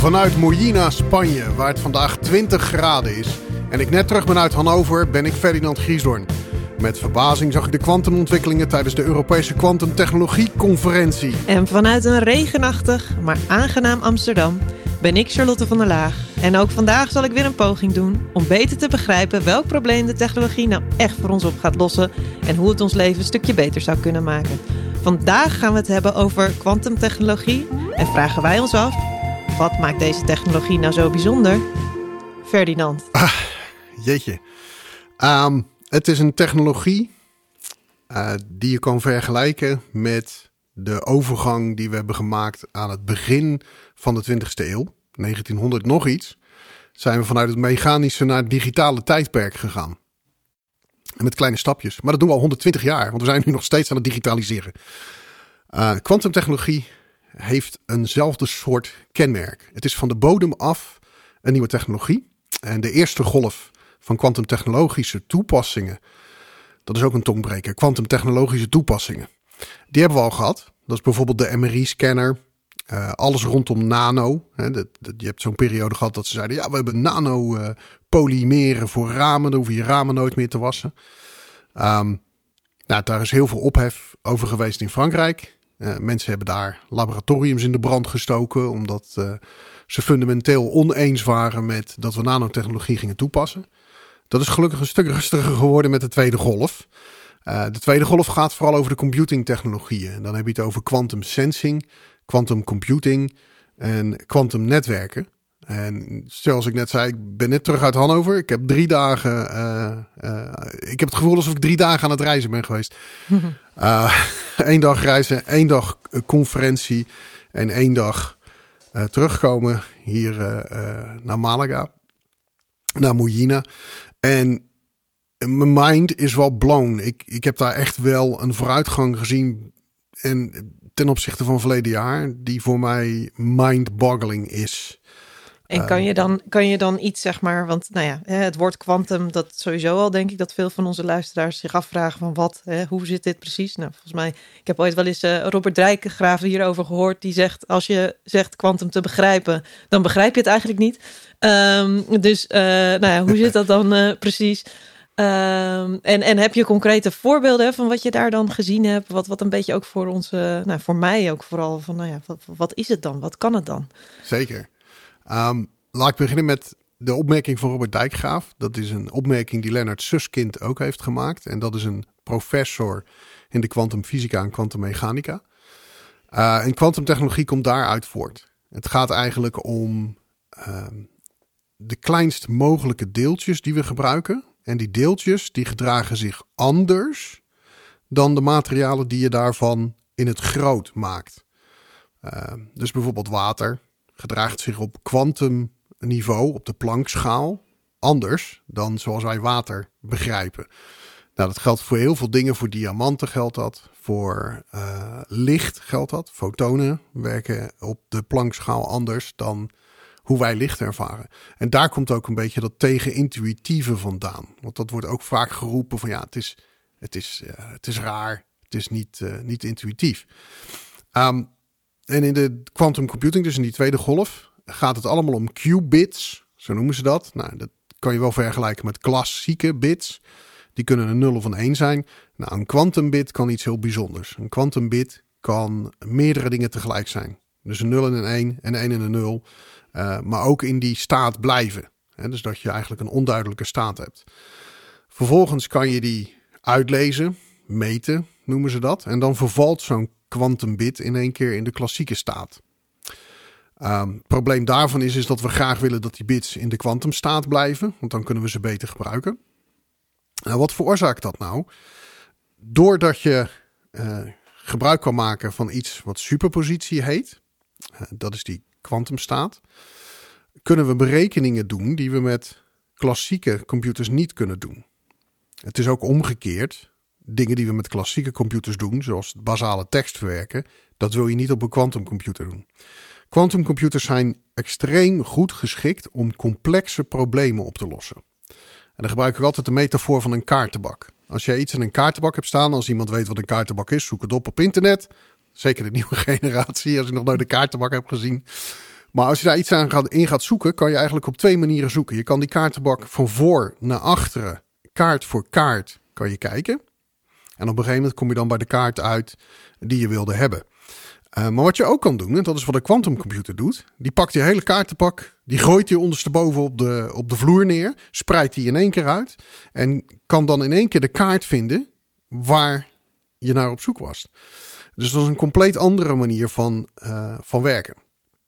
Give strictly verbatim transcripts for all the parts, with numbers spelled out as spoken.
Vanuit Mojina, Spanje, waar het vandaag twintig graden is en ik net terug ben uit Hannover, ben ik Ferdinand Griesdoorn. Met verbazing zag ik de kwantumontwikkelingen tijdens de Europese Kwantumtechnologieconferentie. En vanuit een regenachtig, maar aangenaam Amsterdam ben ik Charlotte van der Laag. En ook vandaag zal ik weer een poging doen om beter te begrijpen welk probleem de technologie nou echt voor ons op gaat lossen en hoe het ons leven een stukje beter zou kunnen maken. Vandaag gaan we het hebben over kwantumtechnologie en vragen wij ons af, wat maakt deze technologie nou zo bijzonder? Ferdinand. Ah, jeetje. Um, het is een technologie uh, die je kan vergelijken met de overgang die we hebben gemaakt aan het begin van de twintigste eeuw. negentienhonderd nog iets. Zijn we vanuit het mechanische naar het digitale tijdperk gegaan. En met kleine stapjes. Maar dat doen we al honderdtwintig jaar. Want we zijn nu nog steeds aan het digitaliseren. Kwantumtechnologie uh, heeft eenzelfde soort kenmerk. Het is van de bodem af een nieuwe technologie. En de eerste golf van kwantumtechnologische toepassingen. Dat is ook een tongbreker. Kwantumtechnologische toepassingen. Die hebben we al gehad. Dat is bijvoorbeeld de M R I-scanner. Uh, alles rondom nano. Hè, dat, dat, je hebt zo'n periode gehad dat ze zeiden, ja, we hebben nano uh, polymeren voor ramen. Dan hoef je je ramen nooit meer te wassen. Um, nou, daar is heel veel ophef over geweest in Frankrijk. Uh, mensen hebben daar laboratoriums in de brand gestoken, omdat uh, ze fundamenteel oneens waren met dat we nanotechnologie gingen toepassen. Dat is gelukkig een stuk rustiger geworden met de tweede golf. Uh, de tweede golf gaat vooral over de computingtechnologieën. En dan heb je het over quantum sensing, quantum computing en quantum netwerken. En zoals ik net zei, ik ben net terug uit Hannover. Ik heb drie dagen, uh, uh, ik heb het gevoel alsof ik drie dagen aan het reizen ben geweest. Uh, Eén dag reizen, één dag conferentie en één dag uh, terugkomen hier uh, uh, naar Malaga, naar Mojina. En mijn mind is wel blown. Ik, ik heb daar echt wel een vooruitgang gezien en ten opzichte van verleden jaar die voor mij mind-boggling is. En kan je dan, kan je dan iets, zeg maar, want nou ja, het woord kwantum, dat sowieso al denk ik dat veel van onze luisteraars zich afvragen van wat, hè, hoe zit dit precies? Nou, volgens mij, ik heb ooit wel eens uh, Robert Dijkgraaf hierover gehoord, die zegt, als je zegt kwantum te begrijpen, dan begrijp je het eigenlijk niet. Um, dus, uh, nou ja, hoe zit dat dan uh, precies? Um, en, en heb je concrete voorbeelden van wat je daar dan gezien hebt? Wat, wat een beetje ook voor ons, uh, nou, voor mij ook vooral van, nou ja, wat, wat is het dan? Wat kan het dan? Zeker. Um, laat ik beginnen met de opmerking van Robert Dijkgraaf. Dat is een opmerking die Leonard Susskind ook heeft gemaakt. En dat is een professor in de kwantumfysica en kwantummechanica. Uh, en kwantumtechnologie komt daaruit voort. Het gaat eigenlijk om uh, de kleinst mogelijke deeltjes die we gebruiken. En die deeltjes die gedragen zich anders dan de materialen die je daarvan in het groot maakt. Uh, dus bijvoorbeeld water gedraagt zich op kwantumniveau, op de Planckschaal, anders dan zoals wij water begrijpen. Nou, dat geldt voor heel veel dingen. Voor diamanten geldt dat. Voor uh, licht geldt dat. Fotonen werken op de Planckschaal anders dan hoe wij licht ervaren. En daar komt ook een beetje dat tegenintuïtieve vandaan. Want dat wordt ook vaak geroepen van ja, het is, het is, uh, het is raar. Het is niet, uh, niet intuïtief. Um, En in de quantum computing, dus in die tweede golf, gaat het allemaal om qubits. Zo noemen ze dat. Nou, dat kan je wel vergelijken met klassieke bits. Die kunnen een nul of een één zijn. Nou, een quantumbit kan iets heel bijzonders. Een quantumbit kan meerdere dingen tegelijk zijn. Dus een nul en een één en een één en een nul. Uh, maar ook in die staat blijven. Hè, dus dat je eigenlijk een onduidelijke staat hebt. Vervolgens kan je die uitlezen, meten noemen ze dat. En dan vervalt zo'n quantumbit in één keer in de klassieke staat. Um, het probleem daarvan is, is dat we graag willen dat die bits in de kwantumstaat blijven. Want dan kunnen we ze beter gebruiken. Nou, wat veroorzaakt dat nou? Doordat je uh, gebruik kan maken van iets wat superpositie heet. Uh, dat is die kwantumstaat. Kunnen we berekeningen doen die we met klassieke computers niet kunnen doen. Het is ook omgekeerd. Dingen die we met klassieke computers doen, zoals basale tekst verwerken, dat wil je niet op een quantumcomputer doen. Quantumcomputers zijn extreem goed geschikt om complexe problemen op te lossen. En dan gebruik ik altijd de metafoor van een kaartenbak. Als jij iets in een kaartenbak hebt staan, als iemand weet wat een kaartenbak is, zoek het op op internet. Zeker de nieuwe generatie, als ik nog nooit een kaartenbak heb gezien. Maar als je daar iets aan gaat, in gaat zoeken, kan je eigenlijk op twee manieren zoeken. Je kan die kaartenbak van voor naar achteren, kaart voor kaart, kan je kijken. En op een gegeven moment kom je dan bij de kaart uit die je wilde hebben. Uh, maar wat je ook kan doen, en dat is wat een quantumcomputer doet. Die pakt die hele kaartenpak, die gooit die ondersteboven op de, op de vloer neer. Spreidt die in één keer uit. En kan dan in één keer de kaart vinden waar je naar op zoek was. Dus dat is een compleet andere manier van, uh, van werken.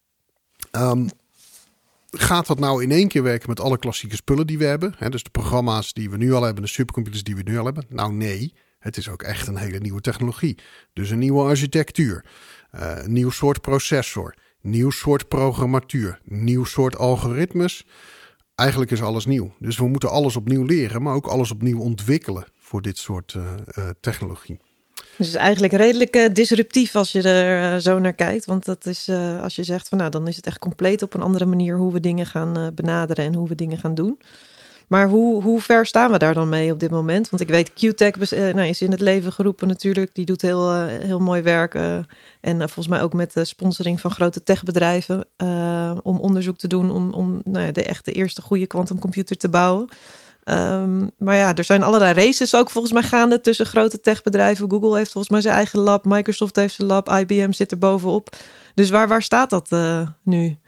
Um, gaat dat nou in één keer werken met alle klassieke spullen die we hebben? Hè, dus de programma's die we nu al hebben, de supercomputers die we nu al hebben? Nou nee, het is ook echt een hele nieuwe technologie. Dus een nieuwe architectuur, uh, een nieuw soort processor, nieuw soort programmatuur, nieuw soort algoritmes. Eigenlijk is alles nieuw. Dus we moeten alles opnieuw leren, maar ook alles opnieuw ontwikkelen voor dit soort uh, uh, technologie. Dus het is eigenlijk redelijk uh, disruptief als je er uh, zo naar kijkt. Want dat is, uh, als je zegt van nou, dan is het echt compleet op een andere manier hoe we dingen gaan uh, benaderen en hoe we dingen gaan doen. Maar hoe, hoe ver staan we daar dan mee op dit moment? Want ik weet, Q-Tech uh, nou, is in het leven geroepen natuurlijk. Die doet heel, uh, heel mooi werk. Uh, en uh, volgens mij ook met de sponsoring van grote techbedrijven. Uh, om onderzoek te doen om, om nou ja, de echte eerste goede quantumcomputer te bouwen. Um, maar ja, er zijn allerlei races ook volgens mij gaande tussen grote techbedrijven. Google heeft volgens mij zijn eigen lab. Microsoft heeft zijn lab. I B M zit er bovenop. Dus waar, waar staat dat uh, nu?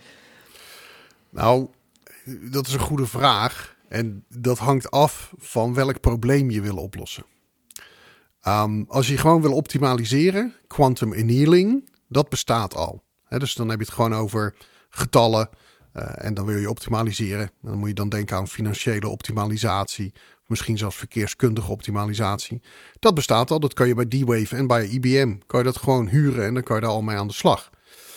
Nou, dat is een goede vraag. En dat hangt af van welk probleem je wil oplossen. Um, als je gewoon wil optimaliseren, quantum annealing, dat bestaat al. He, dus dan heb je het gewoon over getallen. Uh, en dan wil je optimaliseren. En dan moet je dan denken aan financiële optimalisatie. Misschien zelfs verkeerskundige optimalisatie. Dat bestaat al. Dat kan je bij D-Wave en bij I B M. Kan je dat gewoon huren en dan kan je daar al mee aan de slag.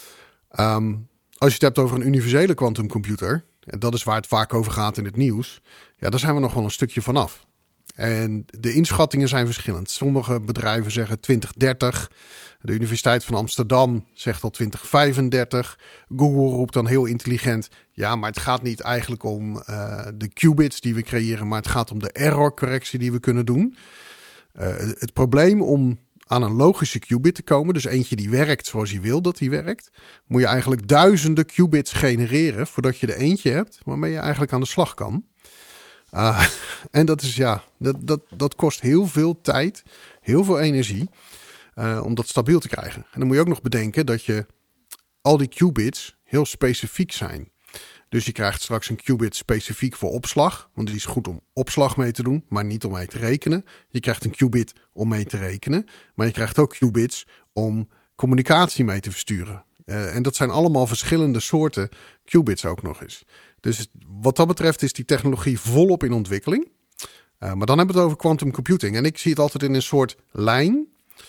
Um, als je het hebt over een universele quantumcomputer, en dat is waar het vaak over gaat in het nieuws, ja, daar zijn we nog wel een stukje vanaf. En de inschattingen zijn verschillend. Sommige bedrijven zeggen twintig dertig. De Universiteit van Amsterdam zegt al twintig vijfendertig. Google roept dan heel intelligent, ja, maar het gaat niet eigenlijk om uh, de qubits die we creëren, maar het gaat om de errorcorrectie die we kunnen doen. Uh, het probleem om aan een logische qubit te komen, dus eentje die werkt zoals je wil dat die werkt, moet je eigenlijk duizenden qubits genereren voordat je er eentje hebt waarmee je eigenlijk aan de slag kan. Uh, en dat is ja, dat, dat, dat kost heel veel tijd, heel veel energie uh, om dat stabiel te krijgen. En dan moet je ook nog bedenken dat je al die qubits heel specifiek zijn. Dus je krijgt straks een qubit specifiek voor opslag, want die is goed om opslag mee te doen, maar niet om mee te rekenen. Je krijgt een qubit om mee te rekenen, maar je krijgt ook qubits om communicatie mee te versturen. Uh, en dat zijn allemaal verschillende soorten qubits ook nog eens. Dus wat dat betreft is die technologie volop in ontwikkeling. Uh, maar dan hebben we het over quantum computing. En ik zie het altijd in een soort lijn.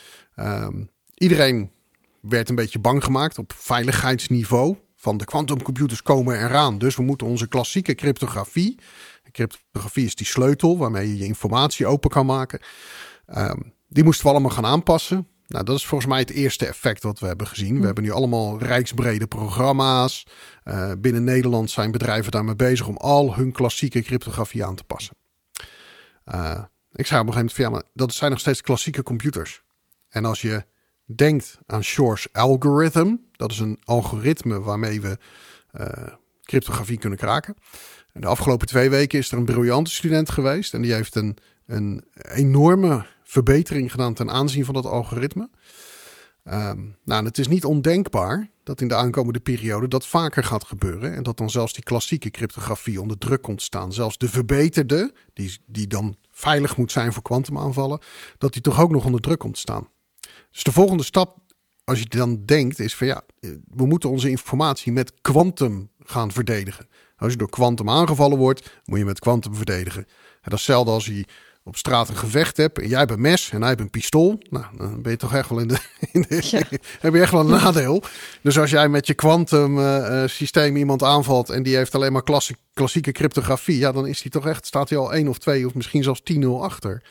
Um, iedereen werd een beetje bang gemaakt op veiligheidsniveau. Van de quantumcomputers komen eraan. Dus we moeten onze klassieke cryptografie. Cryptografie is die sleutel waarmee je je informatie open kan maken. Um, die moesten we allemaal gaan aanpassen. Nou, dat is volgens mij het eerste effect wat we hebben gezien. We hebben nu allemaal rijksbrede programma's. Uh, binnen Nederland zijn bedrijven daarmee bezig om al hun klassieke cryptografie aan te passen. Uh, ik zei op een gegeven moment van ja, maar dat zijn nog steeds klassieke computers. En als je denkt aan Shor's algorithm, dat is een algoritme waarmee we uh, cryptografie kunnen kraken. En de afgelopen twee weken is er een briljante student geweest en die heeft een, een enorme verbetering gedaan ten aanzien van dat algoritme. Um, nou, en het is niet ondenkbaar dat in de aankomende periode dat vaker gaat gebeuren. En dat dan zelfs die klassieke cryptografie onder druk komt staan. Zelfs de verbeterde, die, die dan veilig moet zijn voor kwantumaanvallen, dat die toch ook nog onder druk komt staan. Dus de volgende stap, als je dan denkt, is van ja, we moeten onze informatie met kwantum gaan verdedigen. Als je door kwantum aangevallen wordt, moet je met kwantum verdedigen. En dat is hetzelfde als je op straat een gevecht hebt en jij hebt een mes en hij heeft een pistool. Nou, dan ben je toch echt wel in de... In de ja. heb je echt wel een nadeel. Dus als jij met je kwantum uh, systeem iemand aanvalt en die heeft alleen maar klassie, klassieke cryptografie, ja, dan is hij toch echt, staat hij al één of twee of misschien zelfs tien nul achter.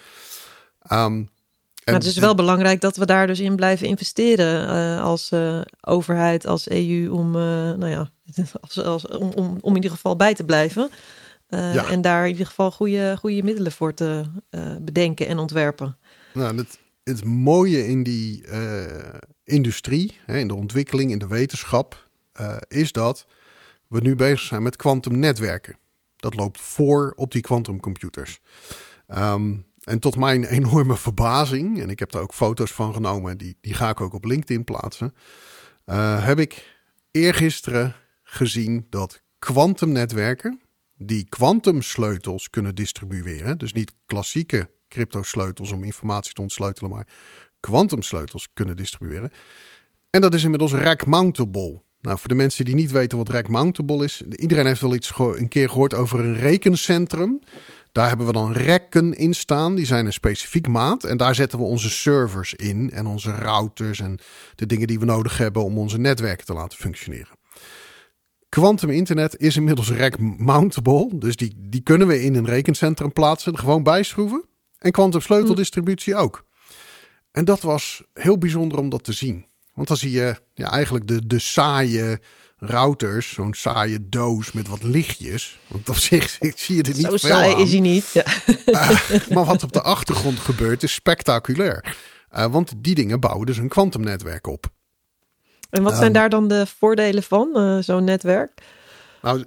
Um, Maar het is wel belangrijk dat we daar dus in blijven investeren uh, als uh, overheid, als E U, om, uh, nou ja, als, als, om, om, om in ieder geval bij te blijven. Uh, ja. En daar in ieder geval goede, goede middelen voor te uh, bedenken en ontwerpen. Nou, het, het mooie in die uh, industrie, hè, in de ontwikkeling, in de wetenschap, uh, is dat we nu bezig zijn met kwantumnetwerken. Dat loopt voor op die quantumcomputers. Um, en tot mijn enorme verbazing, en ik heb daar ook foto's van genomen, die, die ga ik ook op LinkedIn plaatsen, uh, heb ik eergisteren gezien dat kwantumnetwerken die kwantumsleutels kunnen distribueren, dus niet klassieke cryptosleutels om informatie te ontsleutelen, maar kwantumsleutels kunnen distribueren. En dat is inmiddels rack-mountable. Nou, voor de mensen die niet weten wat rack-mountable is, iedereen heeft wel iets geho- een keer gehoord over een rekencentrum. Daar hebben we dan rekken in staan, die zijn een specifiek maat. En daar zetten we onze servers in en onze routers en de dingen die we nodig hebben om onze netwerken te laten functioneren. Quantum internet is inmiddels rack-mountable, dus die, die kunnen we in een rekencentrum plaatsen, gewoon bijschroeven. En kwantumsleuteldistributie ook. En dat was heel bijzonder om dat te zien. Want dan zie je ja, eigenlijk de, de saaie routers, zo'n saaie doos met wat lichtjes. Want op zich zie je er niet Zo veel saai aan. is hij niet. Ja. Uh, maar wat op de achtergrond gebeurt is spectaculair. Uh, want die dingen bouwen dus een kwantumnetwerk op. En wat zijn um, daar dan de voordelen van, uh, zo'n netwerk? Nou,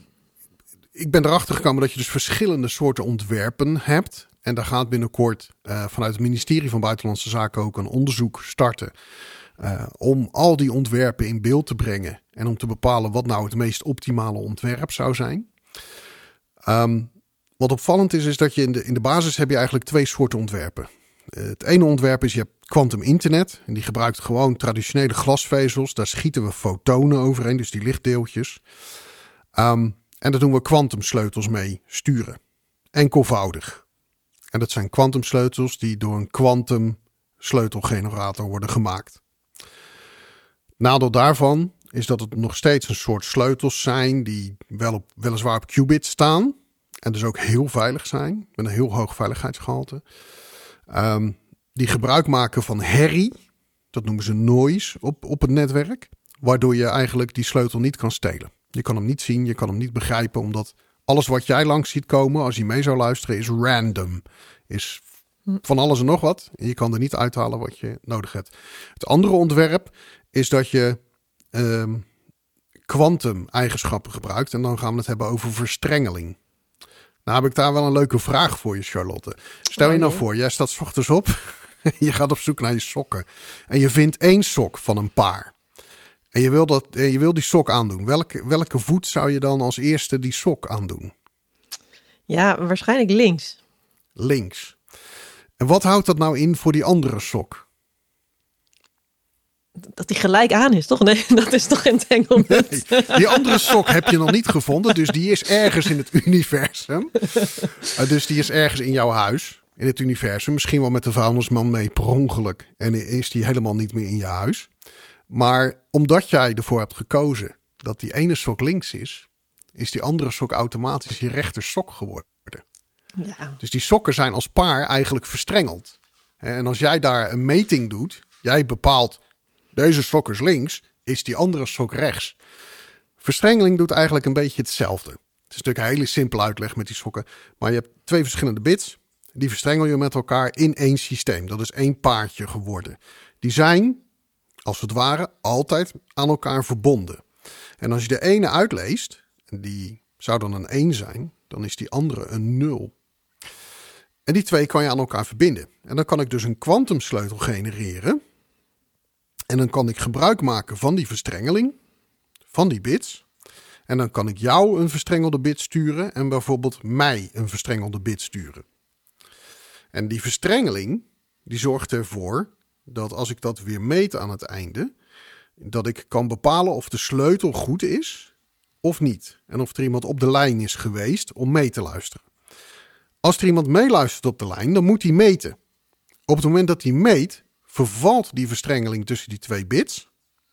ik ben erachter gekomen dat je dus verschillende soorten ontwerpen hebt. En daar gaat binnenkort uh, vanuit het ministerie van Buitenlandse Zaken ook een onderzoek starten. Uh, om al die ontwerpen in beeld te brengen. En om te bepalen wat nou het meest optimale ontwerp zou zijn. Um, wat opvallend is, is dat je in de, in de basis heb je eigenlijk twee soorten ontwerpen. Uh, het ene ontwerp is je hebt quantum internet. En die gebruikt gewoon traditionele glasvezels. Daar schieten we fotonen overheen, dus die lichtdeeltjes. Um, en daar doen we kwantumsleutels mee sturen. Enkelvoudig. En dat zijn kwantumsleutels die door een kwantumsleutelgenerator worden gemaakt. Nadeel daarvan is dat het nog steeds een soort sleutels zijn die wel op, weliswaar op qubits staan. En dus ook heel veilig zijn, met een heel hoog veiligheidsgehalte. Um, die gebruik maken van herrie, dat noemen ze noise op, op het netwerk. Waardoor je eigenlijk die sleutel niet kan stelen. Je kan hem niet zien, je kan hem niet begrijpen, omdat alles wat jij langs ziet komen, als je mee zou luisteren, is random. Is van alles en nog wat. En je kan er niet uithalen wat je nodig hebt. Het andere ontwerp is dat je kwantum um, eigenschappen gebruikt. En dan gaan we het hebben over verstrengeling. Nou heb ik daar wel een leuke vraag voor je, Charlotte. Stel je nou voor, jij staat 's ochtends op. Je gaat op zoek naar je sokken. En je vindt één sok van een paar. En je wil, dat, je wil die sok aandoen. Welke, welke voet zou je dan als eerste die sok aandoen? Ja, waarschijnlijk links. Links. En wat houdt dat nou in voor die andere sok? Dat die gelijk aan is, toch? Nee, dat is toch entanglement? Nee, die andere sok heb je nog niet gevonden. Dus die is ergens in het universum. Uh, dus die is ergens in jouw huis. In het universum. Misschien wel met de vuilnisman mee per ongeluk. En is die helemaal niet meer in je huis. Maar omdat jij ervoor hebt gekozen dat die ene sok links is, is die andere sok automatisch je rechter sok geworden. Ja. Dus die sokken zijn als paar eigenlijk verstrengeld. En als jij daar een meting doet, jij bepaalt deze sok is links, is die andere sok rechts. Verstrengeling doet eigenlijk een beetje hetzelfde. Het is natuurlijk een hele simpele uitleg met die sokken. Maar je hebt twee verschillende bits. Die verstrengel je met elkaar in één systeem. Dat is één paardje geworden. Die zijn, als het ware, altijd aan elkaar verbonden. En als je de ene uitleest, en die zou dan een één zijn, dan is die andere een nul. En die twee kan je aan elkaar verbinden. En dan kan ik dus een kwantumsleutel genereren. En dan kan ik gebruik maken van die verstrengeling, van die bits. En dan kan ik jou een verstrengelde bit sturen en bijvoorbeeld mij een verstrengelde bit sturen. En die verstrengeling, die zorgt ervoor dat als ik dat weer meet aan het einde, dat ik kan bepalen of de sleutel goed is of niet. En of er iemand op de lijn is geweest om mee te luisteren. Als er iemand meeluistert op de lijn, dan moet hij meten. Op het moment dat hij meet, vervalt die verstrengeling tussen die twee bits.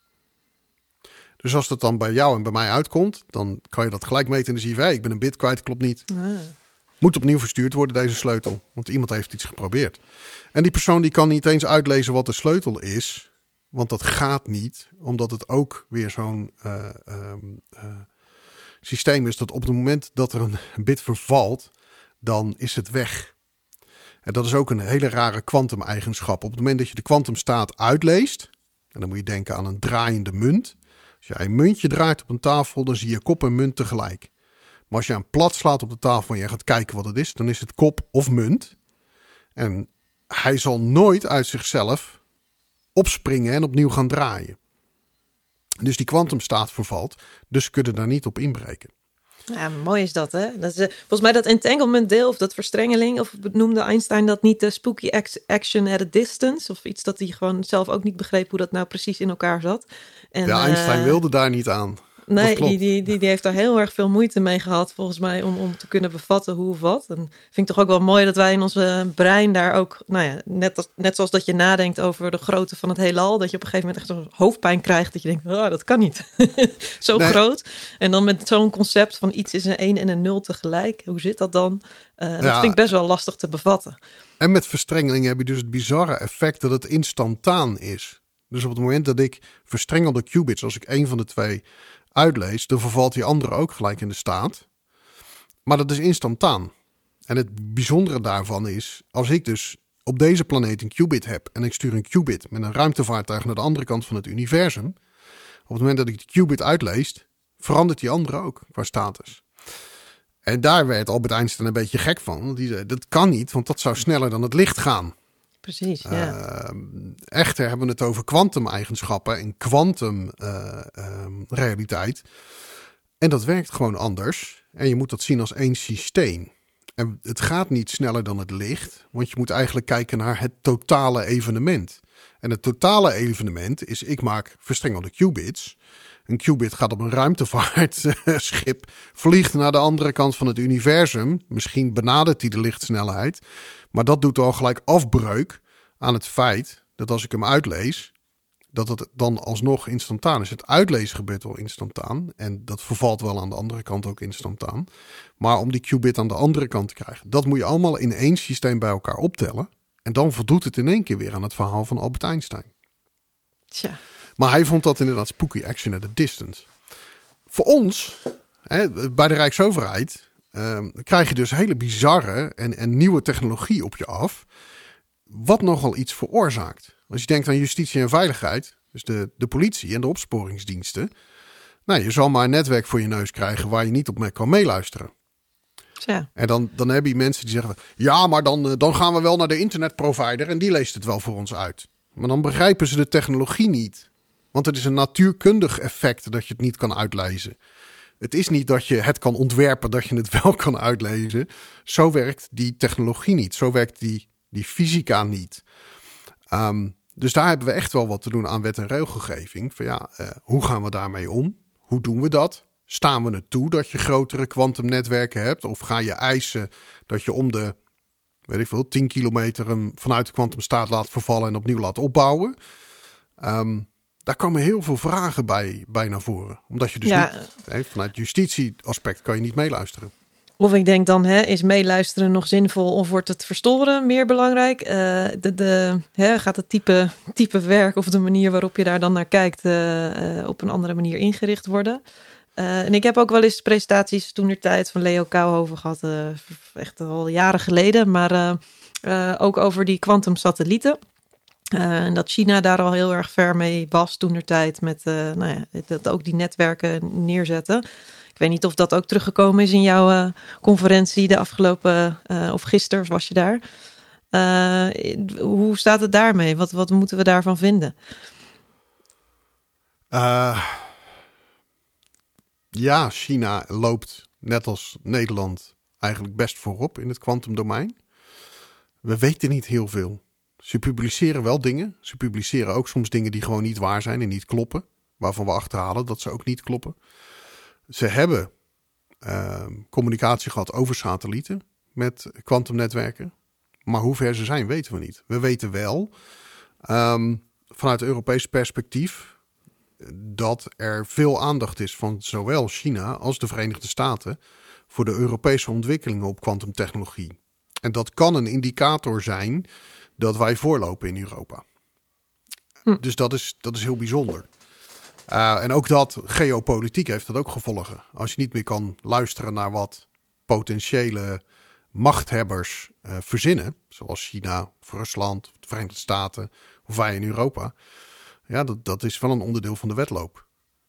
Dus als dat dan bij jou en bij mij uitkomt, dan kan je dat gelijk meten en dan zie je, hey, ik ben een bit kwijt, klopt niet. Ah. Moet opnieuw verstuurd worden, deze sleutel. Want iemand heeft iets geprobeerd. En die persoon die kan niet eens uitlezen wat de sleutel is. Want dat gaat niet. Omdat het ook weer zo'n uh, uh, uh, systeem is dat op het moment dat er een bit vervalt, dan is het weg. En dat is ook een hele rare kwantum-eigenschap. Op het moment dat je de kwantumstaat uitleest, en dan moet je denken aan een draaiende munt. Als Als jij een muntje draait op een tafel, dan zie je kop en munt tegelijk. Maar als je een plat slaat op de tafel en je gaat kijken wat het is, dan is het kop of munt. En hij zal nooit uit zichzelf opspringen en opnieuw gaan draaien. Dus die kwantumstaat vervalt, dus kunnen daar niet op inbreken. Ja, mooi is dat, hè? Dat is, uh, volgens mij dat entanglement deel of dat verstrengeling, of noemde Einstein dat niet de spooky action at a distance, of iets dat hij gewoon zelf ook niet begreep hoe dat nou precies in elkaar zat. En, ja, Einstein uh, wilde daar niet aan. Nee, die, die, die, die heeft daar heel erg veel moeite mee gehad, volgens mij, om, om te kunnen bevatten hoe of wat. En vind ik toch ook wel mooi dat wij in onze brein daar ook, nou ja, net, als, net zoals dat je nadenkt over de grootte van het heelal, dat je op een gegeven moment echt zo'n hoofdpijn krijgt, dat je denkt, oh, dat kan niet. Zo nee. groot. En dan met zo'n concept van iets is een één en een nul tegelijk. Hoe zit dat dan? Uh, ja. Dat vind ik best wel lastig te bevatten. En met verstrengeling heb je dus het bizarre effect dat het instantaan is. Dus op het moment dat ik verstrengelde qubits, als ik één van de twee uitlees, dan vervalt die andere ook gelijk in de staat. Maar dat is instantaan. En het bijzondere daarvan is, als ik dus op deze planeet een qubit heb en ik stuur een qubit met een ruimtevaartuig naar de andere kant van het universum, op het moment dat ik de qubit uitlees, verandert die andere ook qua status. En daar werd Albert Einstein een beetje gek van. Die zei, dat kan niet, want dat zou sneller dan het licht gaan. Precies, ja. Uh, echter hebben we het over kwantumeigenschappen en kwantumrealiteit. Uh, um, en dat werkt gewoon anders. En je moet dat zien als één systeem. En het gaat niet sneller dan het licht, want je moet eigenlijk kijken naar het totale evenement. En het totale evenement is, ik maak verstrengelde qubits. Een qubit gaat op een ruimtevaartschip, vliegt naar de andere kant van het universum. Misschien benadert hij de lichtsnelheid. Maar dat doet al gelijk afbreuk aan het feit dat als ik hem uitlees, dat het dan alsnog instantaan is. Het uitlezen gebeurt wel instantaan. En dat vervalt wel aan de andere kant ook instantaan. Maar om die qubit aan de andere kant te krijgen, dat moet je allemaal in één systeem bij elkaar optellen. En dan voldoet het in één keer weer aan het verhaal van Albert Einstein. Tja. Maar hij vond dat inderdaad spooky action at a distance. Voor ons, hè, bij de Rijksoverheid, uh, krijg je dus hele bizarre en, en nieuwe technologie op je af, wat nogal iets veroorzaakt. Als je denkt aan justitie en veiligheid, dus de, de politie en de opsporingsdiensten, nou, je zal maar een netwerk voor je neus krijgen waar je niet op mee kan meeluisteren. Ja. En dan, dan heb je mensen die zeggen, ja, maar dan, dan gaan we wel naar de internetprovider en die leest het wel voor ons uit. Maar dan begrijpen ze de technologie niet. Want het is een natuurkundig effect dat je het niet kan uitlezen. Het is niet dat je het kan ontwerpen, dat je het wel kan uitlezen. Zo werkt die technologie niet. Zo werkt die, die fysica niet. Um, dus daar hebben we echt wel wat te doen aan wet en regelgeving. Van ja, uh, hoe gaan we daarmee om? Hoe doen we dat? Staan we het toe dat je grotere kwantumnetwerken hebt? Of ga je eisen dat je om de, weet ik veel, tien kilometer hem vanuit de kwantumstaat laat vervallen en opnieuw laat opbouwen? Um, Daar komen heel veel vragen bij, bij naar voren. Omdat je dus ja. niet, hè, vanuit justitieaspect kan je niet meeluisteren. Of ik denk dan, hè, is meeluisteren nog zinvol of wordt het verstoren meer belangrijk? Uh, de, de, hè, gaat het type, type werk of de manier waarop je daar dan naar kijkt uh, uh, op een andere manier ingericht worden? Uh, en ik heb ook wel eens presentaties toen der tijd van Leo Kouwhoven gehad, uh, echt al jaren geleden. Maar uh, uh, ook over die kwantumsatellieten. Uh, en dat China daar al heel erg ver mee was toen der tijd met uh, nou ja, dat ook die netwerken neerzetten. Ik weet niet of dat ook teruggekomen is in jouw uh, conferentie de afgelopen, uh, of gisteren was je daar. Uh, hoe staat het daarmee? Wat, wat moeten we daarvan vinden? Uh, ja, China loopt net als Nederland eigenlijk best voorop in het kwantumdomein. We weten niet heel veel. Ze publiceren wel dingen. Ze publiceren ook soms dingen die gewoon niet waar zijn en niet kloppen. Waarvan we achterhalen dat ze ook niet kloppen. Ze hebben uh, communicatie gehad over satellieten met kwantumnetwerken. Maar hoe ver ze zijn weten we niet. We weten wel um, vanuit Europees perspectief dat er veel aandacht is van zowel China als de Verenigde Staten voor de Europese ontwikkelingen op kwantumtechnologie. En dat kan een indicator zijn dat wij voorlopen in Europa. Hm. Dus dat is, dat is heel bijzonder. Uh, en ook dat, geopolitiek heeft dat ook gevolgen. Als je niet meer kan luisteren naar wat potentiële machthebbers uh, verzinnen, zoals China, of Rusland, of de Verenigde Staten, of wij in Europa. Ja, dat, dat is wel een onderdeel van de wedloop.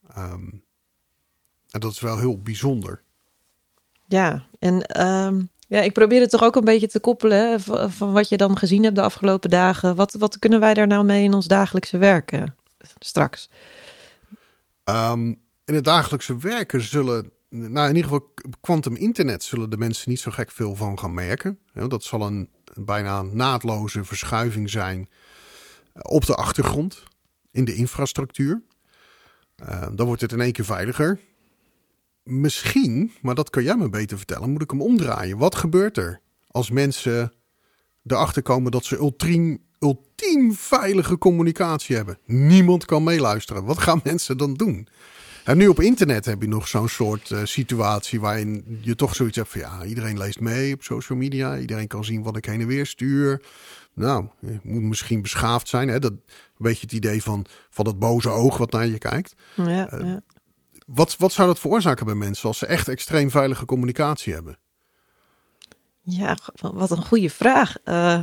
Um, en dat is wel heel bijzonder. Ja, en um, ja, ik probeer het toch ook een beetje te koppelen hè, van, van wat je dan gezien hebt de afgelopen dagen. Wat, wat kunnen wij daar nou mee in ons dagelijkse werken straks? Um, in het dagelijkse werken zullen, nou in ieder geval quantum internet, zullen de mensen niet zo gek veel van gaan merken. Dat zal een, een bijna naadloze verschuiving zijn op de achtergrond, in de infrastructuur. Uh, dan wordt het in één keer veiliger. Misschien, maar dat kan jij me beter vertellen, moet ik hem omdraaien. Wat gebeurt er als mensen erachter komen dat ze ultiem, ultiem veilige communicatie hebben? Niemand kan meeluisteren. Wat gaan mensen dan doen? En nu op internet heb je nog zo'n soort uh, situatie waarin je toch zoiets hebt van ja, iedereen leest mee op social media. Iedereen kan zien wat ik heen en weer stuur. Nou, je moet misschien beschaafd zijn. Hè? Dat een beetje het idee van, van dat boze oog wat naar je kijkt. Ja, uh, ja. Wat, wat zou dat veroorzaken bij mensen als ze echt extreem veilige communicatie hebben? Ja, wat een goede vraag. Uh,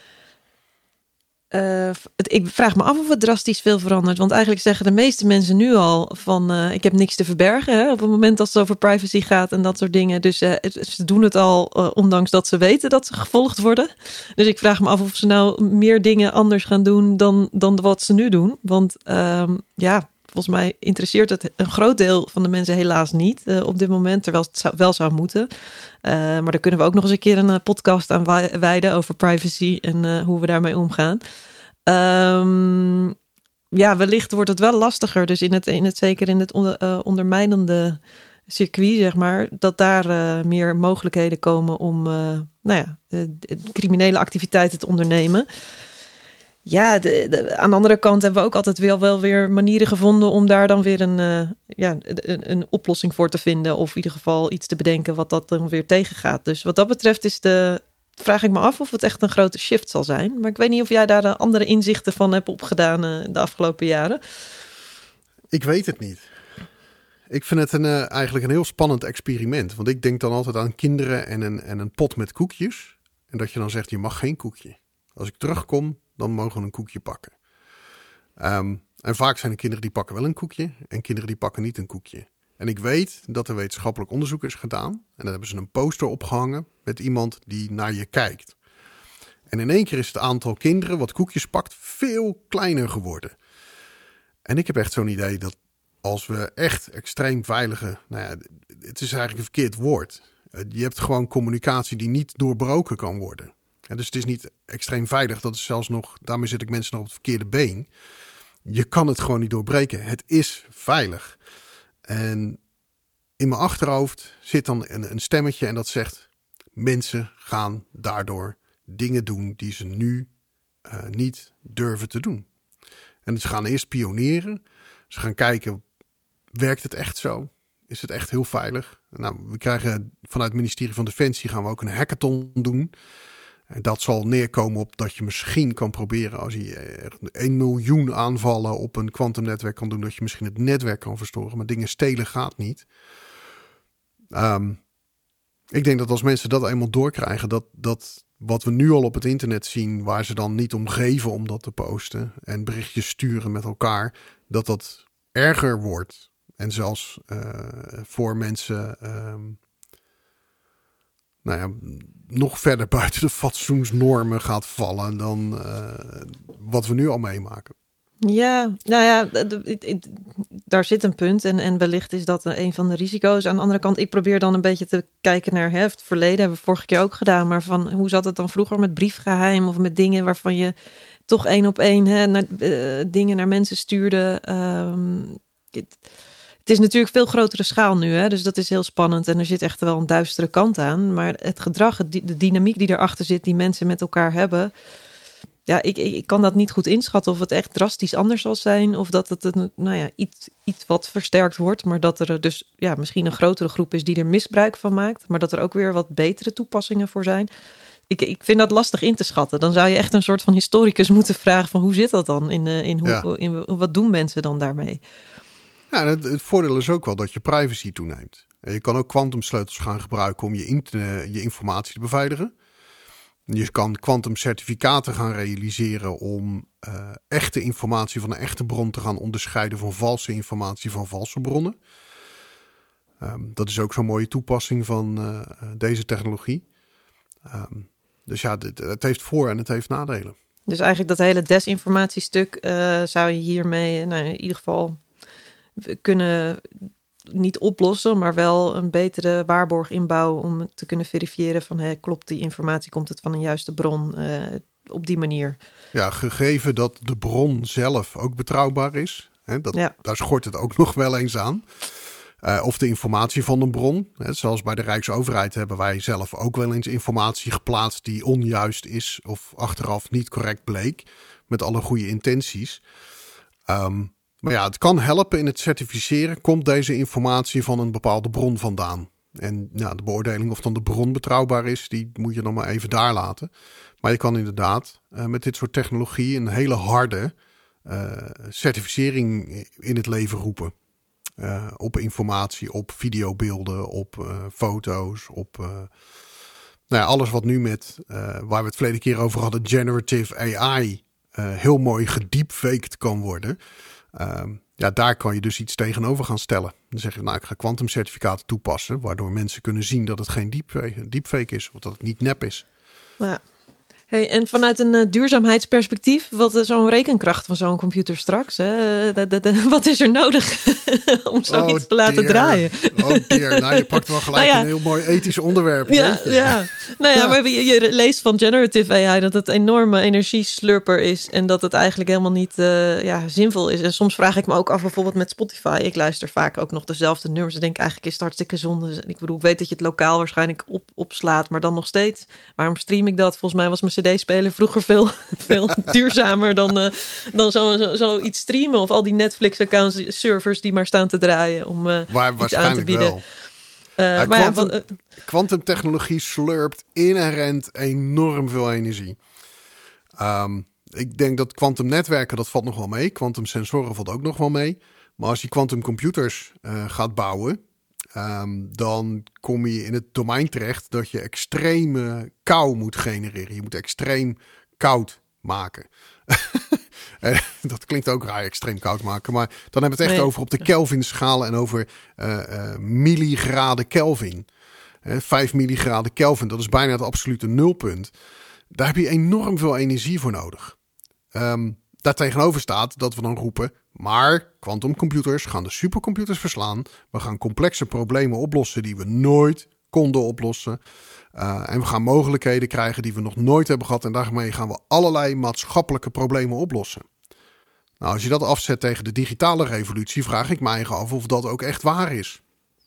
uh, het, ik vraag me af of het drastisch veel verandert. Want eigenlijk zeggen de meeste mensen nu al van uh, ik heb niks te verbergen. Hè, op het moment dat het over privacy gaat en dat soort dingen. Dus uh, ze doen het al uh, ondanks dat ze weten dat ze gevolgd worden. Dus ik vraag me af of ze nou meer dingen anders gaan doen dan, dan wat ze nu doen. Want uh, ja... Volgens mij interesseert het een groot deel van de mensen helaas niet uh, op dit moment, terwijl het zou, wel zou moeten. Uh, maar daar kunnen we ook nog eens een keer een uh, podcast aan wijden over privacy en uh, hoe we daarmee omgaan. Um, ja, wellicht wordt het wel lastiger. Dus in het, in het zeker in het onder, uh, ondermijnende circuit, zeg maar, dat daar uh, meer mogelijkheden komen om uh, nou ja, de, de criminele activiteiten te ondernemen. Ja, de, de, aan de andere kant hebben we ook altijd wel, wel weer manieren gevonden om daar dan weer een, uh, ja, een, een oplossing voor te vinden. Of in ieder geval iets te bedenken wat dat dan weer tegengaat. Dus wat dat betreft is de, vraag ik me af of het echt een grote shift zal zijn. Maar ik weet niet of jij daar andere inzichten van hebt opgedaan uh, de afgelopen jaren. Ik weet het niet. Ik vind het een, uh, eigenlijk een heel spannend experiment. Want ik denk dan altijd aan kinderen en een, en een pot met koekjes. En dat je dan zegt, je mag geen koekje. Als ik terugkom, dan mogen we een koekje pakken. Um, en vaak zijn er kinderen die pakken wel een koekje en kinderen die pakken niet een koekje. En ik weet dat er wetenschappelijk onderzoek is gedaan. En dan hebben ze een poster opgehangen met iemand die naar je kijkt. En in één keer is het aantal kinderen wat koekjes pakt veel kleiner geworden. En ik heb echt zo'n idee dat als we echt extreem veilige... Nou ja, het is eigenlijk een verkeerd woord. Je hebt gewoon communicatie die niet doorbroken kan worden. Ja, dus het is niet extreem veilig. Dat is zelfs nog, daarmee zit ik mensen nog op het verkeerde been. Je kan het gewoon niet doorbreken. Het is veilig. En in mijn achterhoofd zit dan een, een stemmetje en dat zegt... mensen gaan daardoor dingen doen die ze nu uh, niet durven te doen. En ze gaan eerst pioneren. Ze gaan kijken, werkt het echt zo? Is het echt heel veilig? Nou, we krijgen vanuit het ministerie van Defensie gaan we ook een hackathon doen... En dat zal neerkomen op dat je misschien kan proberen... als je één miljoen aanvallen op een kwantumnetwerk kan doen... dat je misschien het netwerk kan verstoren. Maar dingen stelen gaat niet. Um, ik denk dat als mensen dat eenmaal doorkrijgen... Dat, dat wat we nu al op het internet zien... waar ze dan niet om geven om dat te posten... en berichtjes sturen met elkaar... dat dat erger wordt. En zelfs uh, voor mensen... Um, nou ja, nog verder buiten de fatsoensnormen gaat vallen dan uh, wat we nu al meemaken. Ja, nou ja, daar zit een punt en, en wellicht is dat een van de risico's. Aan de andere kant, ik probeer dan een beetje te kijken naar hè, het verleden. Hebben we vorige keer ook gedaan, maar van hoe zat het dan vroeger met briefgeheim of met dingen waarvan je toch één op één hè, naar, uh, dingen naar mensen stuurde. Um, het, Het is natuurlijk veel grotere schaal nu, hè? Dus dat is heel spannend. En er zit echt wel een duistere kant aan. Maar het gedrag, de dynamiek die erachter zit, die mensen met elkaar hebben... Ja, ik, ik kan dat niet goed inschatten of het echt drastisch anders zal zijn. Of dat het een, nou ja, iets, iets wat versterkt wordt. Maar dat er dus ja, misschien een grotere groep is die er misbruik van maakt. Maar dat er ook weer wat betere toepassingen voor zijn. Ik, ik vind dat lastig in te schatten. Dan zou je echt een soort van historicus moeten vragen van hoe zit dat dan? In, in, hoe, ja. in, wat doen mensen dan daarmee? Ja, het, het voordeel is ook wel dat je privacy toeneemt. Je kan ook kwantumsleutels gaan gebruiken om je, in, uh, je informatie te beveiligen. Je kan kwantumcertificaten gaan realiseren om uh, echte informatie van een echte bron te gaan onderscheiden van valse informatie van valse bronnen. Um, dat is ook zo'n mooie toepassing van uh, deze technologie. Um, dus ja, dit, het heeft voor- en het heeft nadelen. Dus eigenlijk dat hele desinformatiestuk uh, zou je hiermee nou, in ieder geval kunnen niet oplossen, maar wel een betere waarborg inbouwen om te kunnen verifiëren van hey, klopt die informatie, komt het van een juiste bron uh, op die manier. Ja, gegeven dat de bron zelf ook betrouwbaar is, hè, dat, ja. daar schort het ook nog wel eens aan. Uh, of de informatie van een bron. Hè, zoals bij de Rijksoverheid hebben wij zelf ook wel eens informatie geplaatst die onjuist is of achteraf niet correct bleek. Met alle goede intenties. Um, maar ja, het kan helpen in het certificeren. Komt deze informatie van een bepaalde bron vandaan? En ja, de beoordeling of dan de bron betrouwbaar is, die moet je dan maar even daar laten. Maar je kan inderdaad uh, met dit soort technologie een hele harde uh, certificering in het leven roepen. Uh, op informatie, op videobeelden, op uh, foto's, op uh, nou ja, alles wat nu met, uh, waar we het verleden keer over hadden, generative A I, uh, heel mooi gediepfaked kan worden. Uh, ja, daar kan je dus iets tegenover gaan stellen. Dan zeg je, nou, ik ga kwantumcertificaten toepassen, waardoor mensen kunnen zien dat het geen deepfake, deepfake is, of dat het niet nep is. Ja. Hey, en vanuit een uh, duurzaamheidsperspectief, wat is zo'n rekenkracht van zo'n computer straks? Hè? De, de, de, wat is er nodig om zoiets oh, te laten dear. draaien? Oh dear, nou je pakt wel gelijk nou ja. een heel mooi ethisch onderwerp. Ja, ja. Nou ja, ja. maar je, je leest van generative A I dat het een enorme energieslurper is en dat het eigenlijk helemaal niet uh, ja, zinvol is. En soms vraag ik me ook af, bijvoorbeeld met Spotify. Ik luister vaak ook nog dezelfde nummers en denk eigenlijk is het hartstikke zonde. Ik bedoel, ik weet dat je het lokaal waarschijnlijk op, opslaat, maar dan nog steeds. Waarom stream ik dat? Volgens mij was mijn cd-speler vroeger veel, veel duurzamer dan, uh, dan zoiets zo, zo iets streamen. Of al die Netflix-accounts, servers die maar staan te draaien om uh, Waar, iets aan te bieden. Wel. Uh, uh, maar quantum, ja, kwantumtechnologie slurpt inherent enorm veel energie. Um, ik denk dat kwantumnetwerken, dat valt nog wel mee. Kwantumsensoren valt ook nog wel mee. Maar als je kwantumcomputers uh, gaat bouwen, Um, dan kom je in het domein terecht dat je extreme kou moet genereren. Je moet extreem koud maken. Dat klinkt ook raar, extreem koud maken. Maar dan hebben we het echt nee. over op de Kelvinschaal en over uh, uh, milligraden Kelvin. Uh, vijf milligraden Kelvin, dat is bijna het absolute nulpunt. Daar heb je enorm veel energie voor nodig. Um, Daartegenover staat dat we dan roepen, maar kwantumcomputers gaan de supercomputers verslaan. We gaan complexe problemen oplossen die we nooit konden oplossen. Uh, en we gaan mogelijkheden krijgen die we nog nooit hebben gehad. En daarmee gaan we allerlei maatschappelijke problemen oplossen. Nou, als je dat afzet tegen de digitale revolutie, vraag ik me eigen af of dat ook echt waar is.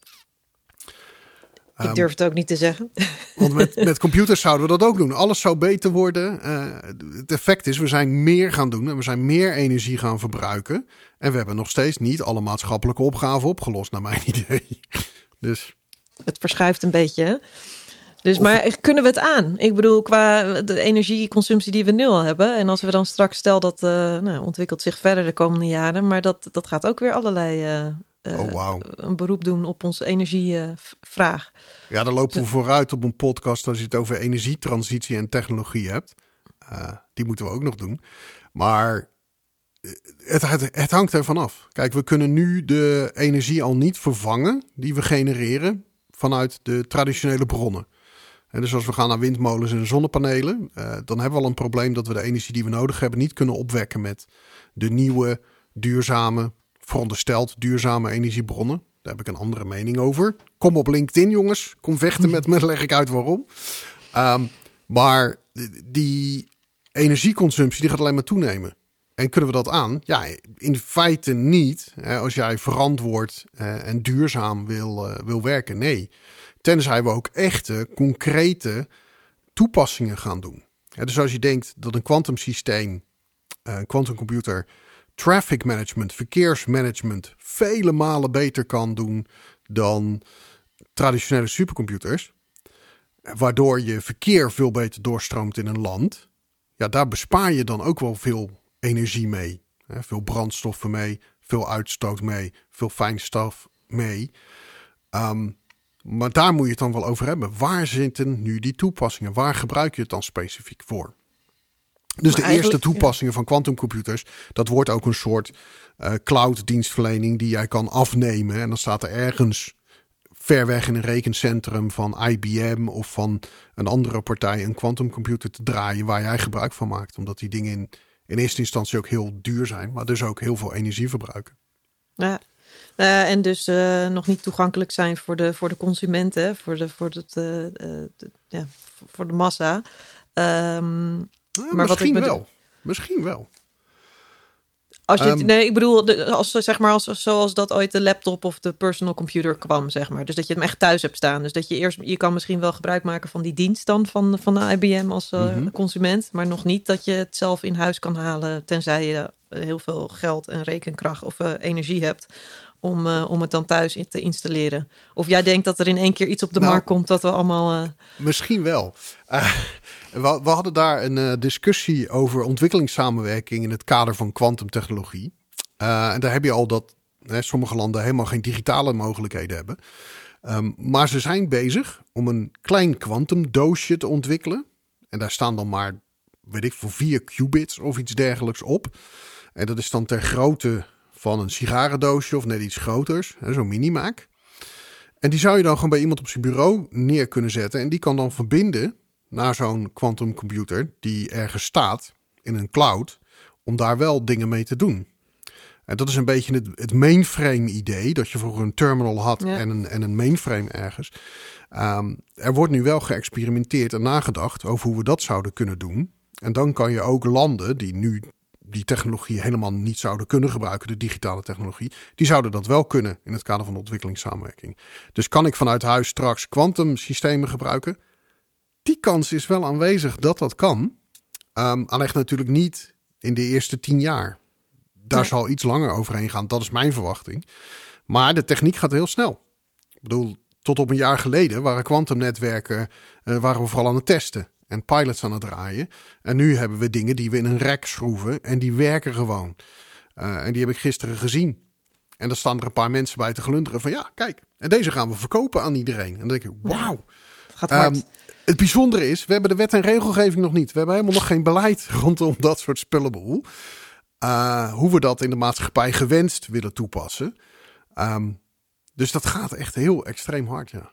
Ik durf het ook niet te zeggen. Want met, met computers zouden we dat ook doen. Alles zou beter worden. Uh, het effect is, we zijn meer gaan doen en we zijn meer energie gaan verbruiken. En we hebben nog steeds niet alle maatschappelijke opgaven opgelost, naar mijn idee. Dus. Het verschuift een beetje, hè? Dus, maar of, kunnen we het aan? Ik bedoel, qua de energieconsumptie die we nu al hebben. En als we dan straks, stel dat uh, nou, ontwikkelt zich verder de komende jaren. Maar dat, dat gaat ook weer allerlei... Uh, Uh, oh, wow. een beroep doen op onze energievraag. Uh, ja, dan lopen we vooruit op een podcast als je het over energietransitie en technologie hebt. Uh, die moeten we ook nog doen. Maar het, het, het hangt ervan af. Kijk, we kunnen nu de energie al niet vervangen die we genereren vanuit de traditionele bronnen. En dus als we gaan naar windmolens en zonnepanelen, uh, dan hebben we al een probleem dat we de energie die we nodig hebben niet kunnen opwekken met de nieuwe, duurzame, verondersteld duurzame energiebronnen. Daar heb ik een andere mening over. Kom op LinkedIn, jongens. Kom vechten met me, leg ik uit waarom. Um, maar die energieconsumptie die gaat alleen maar toenemen. En kunnen we dat aan? Ja, in feite niet. Hè, als jij verantwoord uh, en duurzaam wil, uh, wil werken. Nee. Tenzij we ook echte, concrete toepassingen gaan doen. Ja, dus als je denkt dat een kwantumsysteem, een kwantumcomputer, traffic management, verkeersmanagement vele malen beter kan doen dan traditionele supercomputers, waardoor je verkeer veel beter doorstroomt in een land, ja, daar bespaar je dan ook wel veel energie mee. Hè, veel brandstoffen mee, veel uitstoot mee, veel fijnstof mee. Um, Maar daar moet je het dan wel over hebben. Waar zitten nu die toepassingen? Waar gebruik je het dan specifiek voor? Dus maar de eerste toepassingen ja. van quantumcomputers, dat wordt ook een soort uh, cloud dienstverlening die jij kan afnemen. En dan staat er ergens ver weg in een rekencentrum van I B M of van een andere partij een quantumcomputer te draaien waar jij gebruik van maakt. Omdat die dingen in, in eerste instantie ook heel duur zijn, maar dus ook heel veel energie verbruiken. Ja. Uh, en dus uh, nog niet toegankelijk zijn voor de, voor de consumenten, voor de, voor het, uh, uh, de, ja, voor de massa. Um, ja, maar misschien wat ik wel. Misschien wel. Als je, um, nee, ik bedoel, de, als, zeg maar, als, zoals dat ooit de laptop of de personal computer kwam, zeg maar. Dus dat je hem echt thuis hebt staan. Dus dat je eerst, je kan misschien wel gebruik maken van die dienst dan van, van de I B M als uh, mm-hmm. consument. Maar nog niet dat je het zelf in huis kan halen, tenzij je heel veel geld en rekenkracht of uh, energie hebt. Om, uh, om het dan thuis in te installeren. Of jij denkt dat er in één keer iets op de nou, markt komt dat we allemaal... Uh... Misschien wel. Uh, we, we hadden daar een uh, discussie over ontwikkelingssamenwerking in het kader van kwantumtechnologie. Uh, en daar heb je al dat hè, sommige landen helemaal geen digitale mogelijkheden hebben. Um, maar ze zijn bezig om een klein kwantumdoosje te ontwikkelen. En daar staan dan maar, weet ik veel, vier qubits of iets dergelijks op. En dat is dan ter grootte van een sigarendoosje of net iets groters, zo'n mini-Mac. En die zou je dan gewoon bij iemand op zijn bureau neer kunnen zetten. En die kan dan verbinden naar zo'n quantumcomputer die ergens staat in een cloud, om daar wel dingen mee te doen. En dat is een beetje het, het mainframe-idee, dat je vroeger een terminal had ja. en, een, en een mainframe ergens. Um, er wordt nu wel geëxperimenteerd en nagedacht over hoe we dat zouden kunnen doen. En dan kan je ook landen die nu die technologie helemaal niet zouden kunnen gebruiken, de digitale technologie, die zouden dat wel kunnen in het kader van de ontwikkelingssamenwerking. Dus kan ik vanuit huis straks kwantumsystemen gebruiken? Die kans is wel aanwezig dat dat kan. Um, alleen echt natuurlijk niet in de eerste tien jaar. Daar nee. zal iets langer overheen gaan. Dat is mijn verwachting. Maar de techniek gaat heel snel. Ik bedoel, tot op een jaar geleden waren kwantumnetwerken, uh, waren we vooral aan het testen en pilots aan het draaien. En nu hebben we dingen die we in een rek schroeven en die werken gewoon. Uh, en die heb ik gisteren gezien. En dan staan er een paar mensen bij te glunderen van ja, kijk. En deze gaan we verkopen aan iedereen. En dan denk ik, wauw. Gaat hard. Um, het bijzondere is, we hebben de wet en regelgeving nog niet. We hebben helemaal nog geen beleid rondom dat soort spullenboel. Uh, hoe we dat in de maatschappij gewenst willen toepassen. Um, dus dat gaat echt heel extreem hard, ja.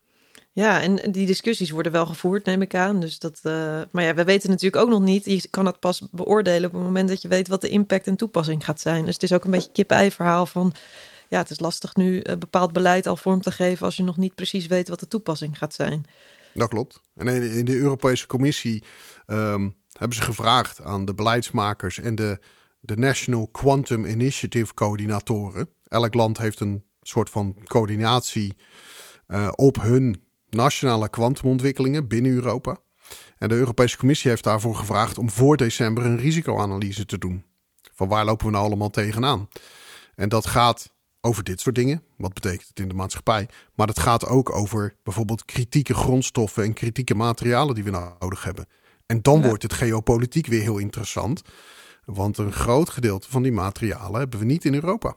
Ja, en die discussies worden wel gevoerd, neem ik aan. Dus dat, uh, maar ja, we weten natuurlijk ook nog niet. Je kan het pas beoordelen op het moment dat je weet wat de impact en toepassing gaat zijn. Dus het is ook een beetje kip-ei verhaal van, ja, het is lastig nu uh, bepaald beleid al vorm te geven als je nog niet precies weet wat de toepassing gaat zijn. Dat klopt. En in de Europese Commissie um, hebben ze gevraagd aan de beleidsmakers en de, de National Quantum Initiative coördinatoren. Elk land heeft een soort van coördinatie uh, op hun nationale kwantumontwikkelingen binnen Europa. En de Europese Commissie heeft daarvoor gevraagd om voor december een risicoanalyse te doen. Van waar lopen we nou allemaal tegenaan? En dat gaat over dit soort dingen. Wat betekent het in de maatschappij? Maar het gaat ook over bijvoorbeeld kritieke grondstoffen en kritieke materialen die we nodig hebben. En dan ja. wordt het geopolitiek weer heel interessant. Want een groot gedeelte van die materialen hebben we niet in Europa.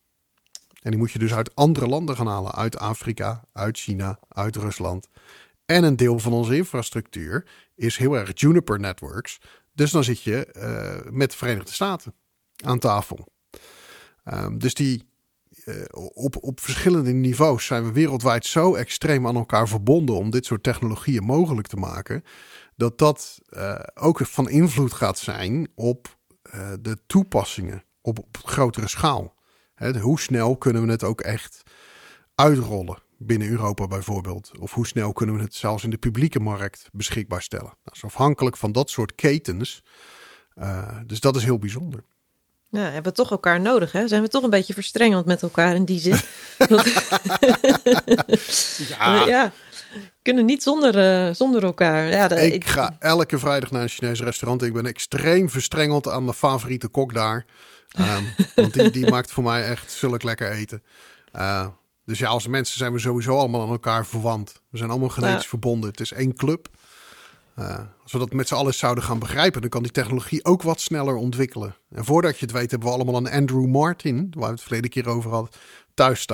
En die moet je dus uit andere landen gaan halen. Uit Afrika, uit China, uit Rusland. En een deel van onze infrastructuur is heel erg Juniper Networks. Dus dan zit je uh, met de Verenigde Staten aan tafel. Um, dus die uh, op, op verschillende niveaus zijn we wereldwijd zo extreem aan elkaar verbonden om dit soort technologieën mogelijk te maken. Dat dat uh, ook van invloed gaat zijn op uh, de toepassingen op, op grotere schaal. He, hoe snel kunnen we het ook echt uitrollen binnen Europa bijvoorbeeld? Of hoe snel kunnen we het zelfs in de publieke markt beschikbaar stellen? Nou, dat is afhankelijk van dat soort ketens. Uh, dus dat is heel bijzonder. Ja, hebben we toch elkaar nodig, hè? Zijn we toch een beetje verstrengeld met elkaar in die zin? ja. ja. Kunnen niet zonder, uh, zonder elkaar. Ja, de, ik ga elke vrijdag naar een Chinees restaurant. Ik ben extreem verstrengeld aan mijn favoriete kok daar. Um, want die, die maakt voor mij echt zulk lekker eten. Uh, dus ja, als mensen zijn we sowieso allemaal aan elkaar verwant. We zijn allemaal genetisch ja. verbonden. Het is één club. Uh, als we dat met z'n allen zouden gaan begrijpen, dan kan die technologie ook wat sneller ontwikkelen. En voordat je het weet, hebben we allemaal een Andrew Martin, waar we het verleden keer over hadden, thuis staan.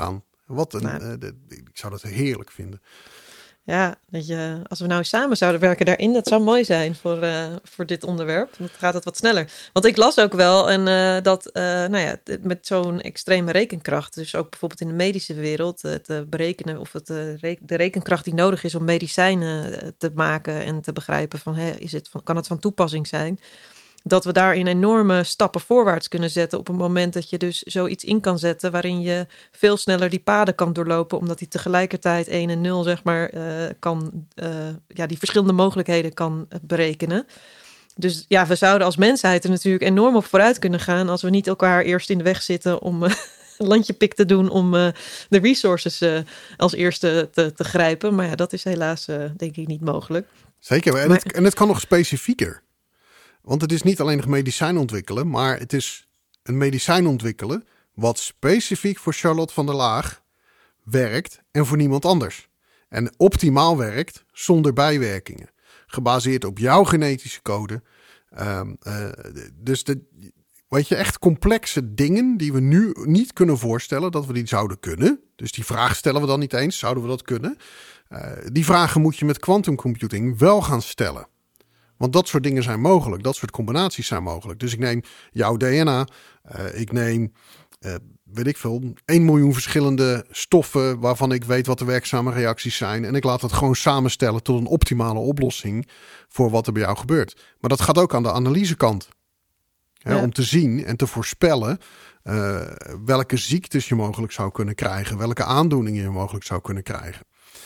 Wat een, Nou. uh, de, ik zou dat heerlijk vinden. Ja, dat je, als we nou samen zouden werken daarin, dat zou mooi zijn voor, uh, voor dit onderwerp. Dan gaat het wat sneller. Want ik las ook wel en, uh, dat uh, nou ja, met zo'n extreme rekenkracht, dus ook bijvoorbeeld in de medische wereld, het uh, berekenen of het, uh, re- de rekenkracht die nodig is om medicijnen te maken en te begrijpen van, hè, is het van, kan het van toepassing zijn? Dat we daarin enorme stappen voorwaarts kunnen zetten op het moment dat je dus zoiets in kan zetten waarin je veel sneller die paden kan doorlopen, omdat hij tegelijkertijd één en nul zeg maar uh, kan, uh, ja, die verschillende mogelijkheden kan uh, berekenen. Dus ja, we zouden als mensheid er natuurlijk enorm op vooruit kunnen gaan als we niet elkaar eerst in de weg zitten om uh, een landjepik te doen om uh, de resources uh, als eerste te, te grijpen. Maar ja, dat is helaas uh, denk ik niet mogelijk. Zeker, en, maar, het, en het kan nog specifieker. Want het is niet alleen nog medicijn ontwikkelen, maar het is een medicijn ontwikkelen wat specifiek voor Charlotte van der Laag werkt en voor niemand anders. En optimaal werkt zonder bijwerkingen. Gebaseerd op jouw genetische code. Um, uh, dus de, weet je, echt complexe dingen die we nu niet kunnen voorstellen dat we die zouden kunnen. Dus die vraag stellen we dan niet eens, zouden we dat kunnen? Uh, die vragen moet je met quantum computing wel gaan stellen. Want dat soort dingen zijn mogelijk. Dat soort combinaties zijn mogelijk. Dus ik neem jouw D N A. Uh, ik neem, uh, weet ik veel, één miljoen verschillende stoffen waarvan ik weet wat de werkzame reacties zijn. En ik laat het gewoon samenstellen tot een optimale oplossing voor wat er bij jou gebeurt. Maar dat gaat ook aan de analysekant. Hè, ja. Om te zien en te voorspellen uh, welke ziektes je mogelijk zou kunnen krijgen. Welke aandoeningen je mogelijk zou kunnen krijgen.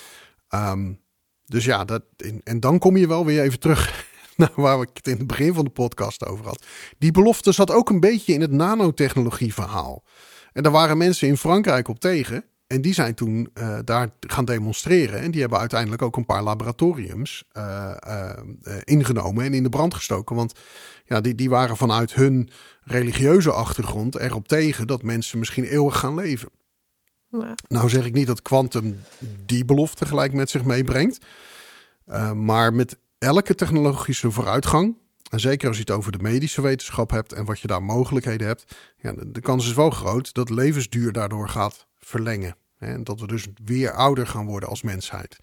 Um, dus ja, dat, en dan kom je wel weer even terug naar waar ik het in het begin van de podcast over had. Die belofte zat ook een beetje in het nanotechnologie verhaal. En daar waren mensen in Frankrijk op tegen. En die zijn toen uh, daar gaan demonstreren. En die hebben uiteindelijk ook een paar laboratoriums uh, uh, uh, ingenomen en in de brand gestoken. Want ja, die, die waren vanuit hun religieuze achtergrond erop tegen dat mensen misschien eeuwig gaan leven. Ja. Nou zeg ik niet dat quantum die belofte gelijk met zich meebrengt. Uh, maar met elke technologische vooruitgang, en zeker als je het over de medische wetenschap hebt en wat je daar mogelijkheden hebt, ja, de kans is wel groot dat levensduur daardoor gaat verlengen. Hè, en dat we dus weer ouder gaan worden als mensheid.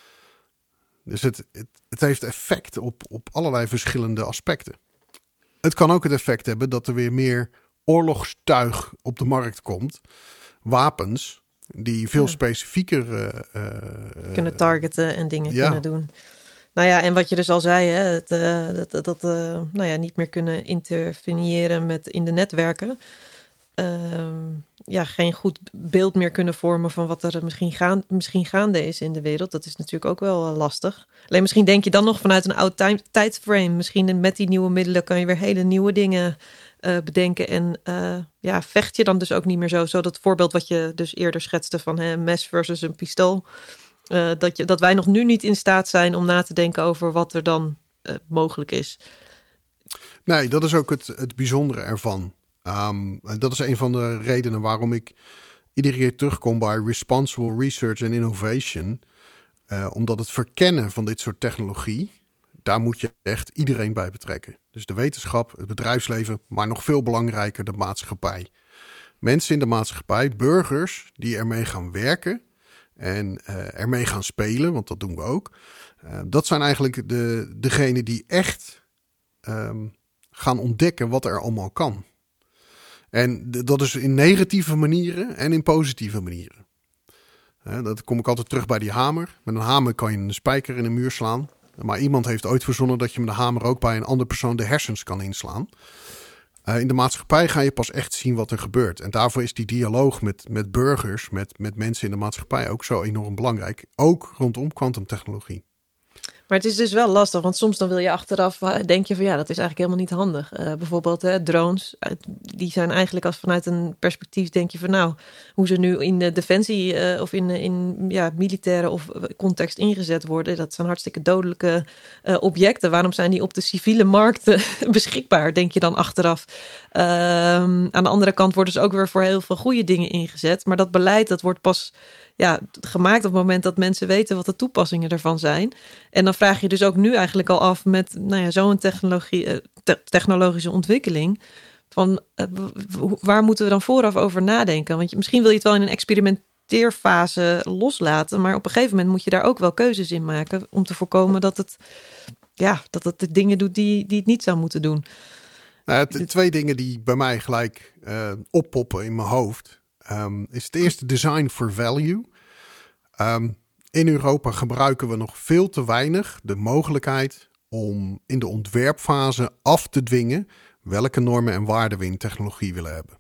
Dus het, het, het heeft effect op, op allerlei verschillende aspecten. Het kan ook het effect hebben dat er weer meer oorlogstuig op de markt komt. Wapens die veel ja. specifieker uh, uh, kunnen targeten en dingen ja. kunnen doen. Nou ja, en wat je dus al zei, hè, het, uh, dat, dat uh, nou ja, niet meer kunnen interveneren met in de netwerken. Uh, ja, geen goed beeld meer kunnen vormen van wat er misschien, gaan, misschien gaande is in de wereld. Dat is natuurlijk ook wel uh, lastig. Alleen misschien denk je dan nog vanuit een oud time, tijdframe. Misschien met die nieuwe middelen kan je weer hele nieuwe dingen uh, bedenken. En uh, ja, vecht je dan dus ook niet meer zo. Zo dat voorbeeld wat je dus eerder schetste van hè, mes versus een pistool. Uh, dat, je, dat wij nog nu niet in staat zijn om na te denken over wat er dan uh, mogelijk is. Nee, dat is ook het, het bijzondere ervan. Um, dat is een van de redenen waarom ik iedere keer terugkom bij responsible research and innovation. Uh, omdat het verkennen van dit soort technologie, daar moet je echt iedereen bij betrekken. Dus de wetenschap, het bedrijfsleven, maar nog veel belangrijker de maatschappij. Mensen in de maatschappij, burgers die ermee gaan werken en uh, ermee gaan spelen, want dat doen we ook. Uh, dat zijn eigenlijk de, degenen die echt um, gaan ontdekken wat er allemaal kan. En dat is in negatieve manieren en in positieve manieren. Uh, dat kom ik altijd terug bij die hamer. Met een hamer kan je een spijker in een muur slaan. Maar iemand heeft ooit verzonnen dat je met een hamer ook bij een andere persoon de hersens kan inslaan. Uh, in de maatschappij ga je pas echt zien wat er gebeurt. En daarvoor is die dialoog met, met burgers, met, met mensen in de maatschappij ook zo enorm belangrijk. Ook rondom kwantumtechnologie. Maar het is dus wel lastig, want soms dan wil je achteraf, denk je van ja, dat is eigenlijk helemaal niet handig. Uh, bijvoorbeeld hè, drones, die zijn eigenlijk als vanuit een perspectief denk je van nou, hoe ze nu in de defensie uh, of in, in ja, militaire of context ingezet worden, dat zijn hartstikke dodelijke uh, objecten. Waarom zijn die op de civiele markt uh, beschikbaar, denk je dan achteraf? Uh, aan de andere kant worden ze ook weer voor heel veel goede dingen ingezet, maar dat beleid dat wordt pas ja, gemaakt op het moment dat mensen weten wat de toepassingen ervan zijn. En dan vraag je dus ook nu eigenlijk al af met nou ja, zo'n technologie, te- technologische ontwikkeling. Van uh, waar moeten we dan vooraf over nadenken? Want je, misschien wil je het wel in een experiment, experimenteerfase loslaten. Maar op een gegeven moment moet je daar ook wel keuzes in maken om te voorkomen dat het, ja, dat het de dingen doet die, die het niet zou moeten doen. Nou, het, twee dingen die bij mij gelijk uh, oppoppen in mijn hoofd. Um, is het eerste design for value. Um, in Europa gebruiken we nog veel te weinig de mogelijkheid om in de ontwerpfase af te dwingen welke normen en waarden we in technologie willen hebben.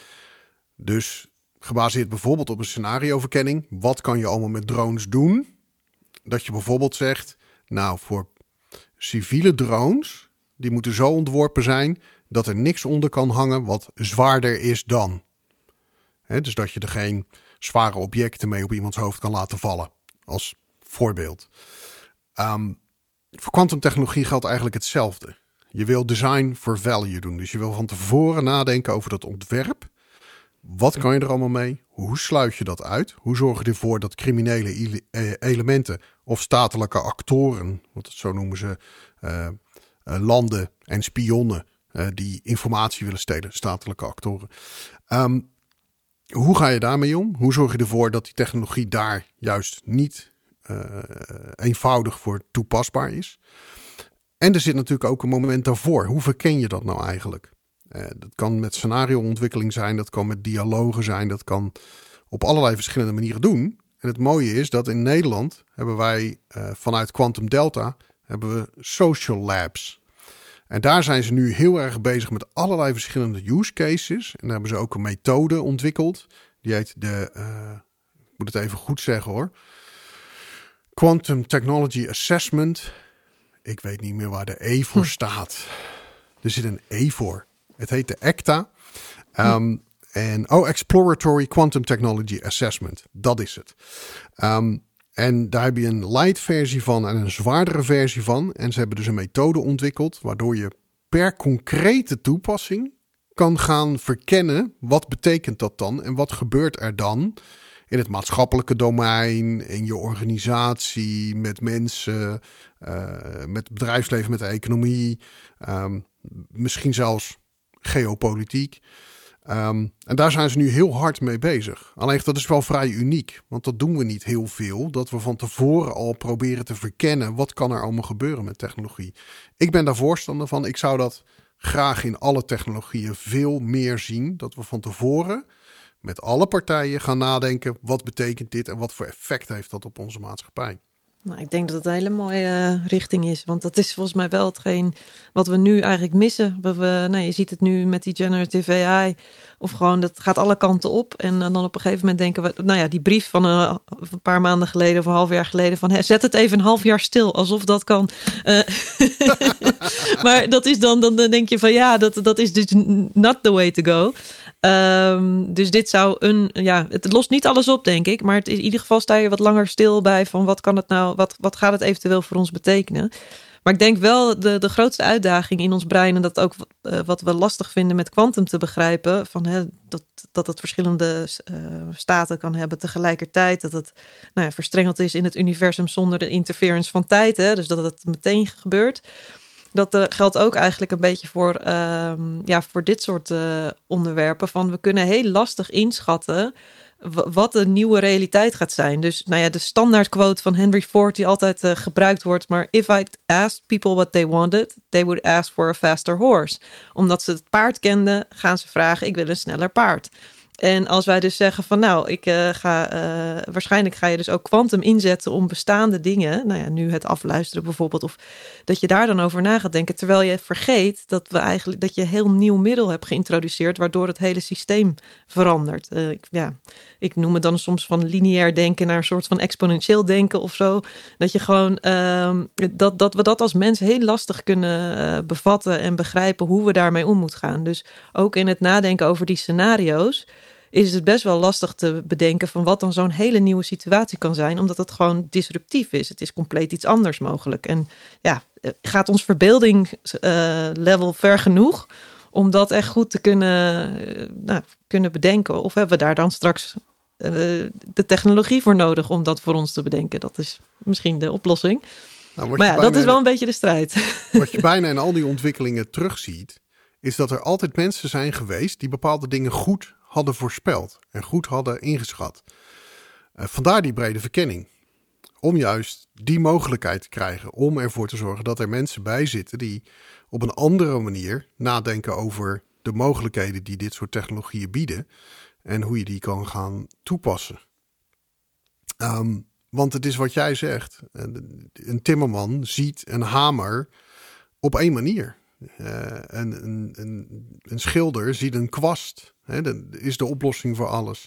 Dus gebaseerd bijvoorbeeld op een scenarioverkenning. Wat kan je allemaal met drones doen? Dat je bijvoorbeeld zegt, nou voor civiele drones, die moeten zo ontworpen zijn dat er niks onder kan hangen wat zwaarder is dan. He, dus dat je er geen zware objecten mee op iemands hoofd kan laten vallen. Als voorbeeld. Um, voor kwantumtechnologie geldt eigenlijk hetzelfde. Je wil design for value doen. Dus je wil van tevoren nadenken over dat ontwerp. Wat kan je er allemaal mee? Hoe sluit je dat uit? Hoe zorg je ervoor dat criminele elementen of statelijke actoren, want zo noemen ze uh, uh, landen en spionnen uh, die informatie willen stelen, statelijke actoren. Um, hoe ga je daarmee om? Hoe zorg je ervoor dat die technologie daar juist niet uh, eenvoudig voor toepasbaar is? En er zit natuurlijk ook een moment daarvoor. Hoe verken je dat nou eigenlijk? Uh, dat kan met scenarioontwikkeling zijn, dat kan met dialogen zijn, dat kan op allerlei verschillende manieren doen. En het mooie is dat in Nederland hebben wij uh, vanuit Quantum Delta hebben we social labs. En daar zijn ze nu heel erg bezig met allerlei verschillende use cases. En daar hebben ze ook een methode ontwikkeld. Die heet de, uh, ik moet het even goed zeggen hoor, Quantum Technology Assessment. Ik weet niet meer waar de E voor staat. Er zit een E voor. Het heet de E C T A. Um, en, oh, Exploratory Quantum Technology Assessment. Dat is het. Um, en daar heb je een light versie van en een zwaardere versie van. En ze hebben dus een methode ontwikkeld waardoor je per concrete toepassing kan gaan verkennen. Wat betekent dat dan? En wat gebeurt er dan in het maatschappelijke domein, in je organisatie, met mensen, uh, met het bedrijfsleven, met de economie, um, misschien zelfs geopolitiek. Um, en daar zijn ze nu heel hard mee bezig. Alleen dat is wel vrij uniek, want dat doen we niet heel veel. Dat we van tevoren al proberen te verkennen wat kan er allemaal gebeuren met technologie. Ik ben daar voorstander van. Ik zou dat graag in alle technologieën veel meer zien. Dat we van tevoren met alle partijen gaan nadenken. Wat betekent dit en wat voor effect heeft dat op onze maatschappij? Nou, ik denk dat het een hele mooie uh, richting is. Want dat is volgens mij wel hetgeen wat we nu eigenlijk missen. We, we, nou, je ziet het nu met die generative A I. Of gewoon, dat gaat alle kanten op. En uh, dan op een gegeven moment denken we, nou ja, die brief van uh, een paar maanden geleden of een half jaar geleden. Van hè, zet het even een half jaar stil, alsof dat kan. Uh, maar dat is dan, dan denk je van ja, dat, dat is dus not the way to go. Um, dus dit zou een, ja, het lost niet alles op, denk ik. Maar het is, in ieder geval sta je wat langer stil bij van wat kan het nou, wat, wat gaat het eventueel voor ons betekenen. Maar ik denk wel de, de grootste uitdaging in ons brein, en dat ook uh, wat we lastig vinden met kwantum te begrijpen, van hè, dat, dat het verschillende uh, staten kan hebben tegelijkertijd, dat het nou ja, verstrengeld is in het universum zonder de interference van tijd, hè, dus dat het meteen gebeurt. Dat uh, geldt ook eigenlijk een beetje voor, uh, ja, voor dit soort uh, onderwerpen. Van we kunnen heel lastig inschatten w- wat de nieuwe realiteit gaat zijn. Dus nou ja, de standaardquote van Henry Ford die altijd uh, gebruikt wordt. Maar if I asked people what they wanted, they would ask for a faster horse. Omdat ze het paard kenden, gaan ze vragen, ik wil een sneller paard. En als wij dus zeggen van nou, ik uh, ga, uh, waarschijnlijk ga je dus ook kwantum inzetten om bestaande dingen, nou ja, nu het afluisteren bijvoorbeeld, of dat je daar dan over na gaat denken, terwijl je vergeet dat we eigenlijk, dat je een heel nieuw middel hebt geïntroduceerd, waardoor het hele systeem verandert. Uh, ik, ja, ik noem het dan soms van lineair denken naar een soort van exponentieel denken of zo. Dat je gewoon, uh, dat, dat we dat als mens heel lastig kunnen uh, bevatten en begrijpen hoe we daarmee om moeten gaan. Dus ook in het nadenken over die scenario's is het best wel lastig te bedenken van wat dan zo'n hele nieuwe situatie kan zijn, omdat het gewoon disruptief is. Het is compleet iets anders mogelijk. En ja, gaat ons verbeeldingslevel uh, ver genoeg om dat echt goed te kunnen, uh, nou, kunnen bedenken? Of hebben we daar dan straks uh, de technologie voor nodig om dat voor ons te bedenken? Dat is misschien de oplossing. Nou, maar ja, dat is wel een beetje de strijd. Wat je bijna in al die ontwikkelingen terugziet, is dat er altijd mensen zijn geweest die bepaalde dingen goed hadden voorspeld en goed hadden ingeschat. Uh, vandaar die brede verkenning. Om juist die mogelijkheid te krijgen. Om ervoor te zorgen dat er mensen bij zitten die op een andere manier nadenken over de mogelijkheden die dit soort technologieën bieden. En hoe je die kan gaan toepassen. Um, want het is wat jij zegt. Een timmerman ziet een hamer op één manier. Uh, een, een, een, een schilder ziet een kwast. Hè, dat is de oplossing voor alles.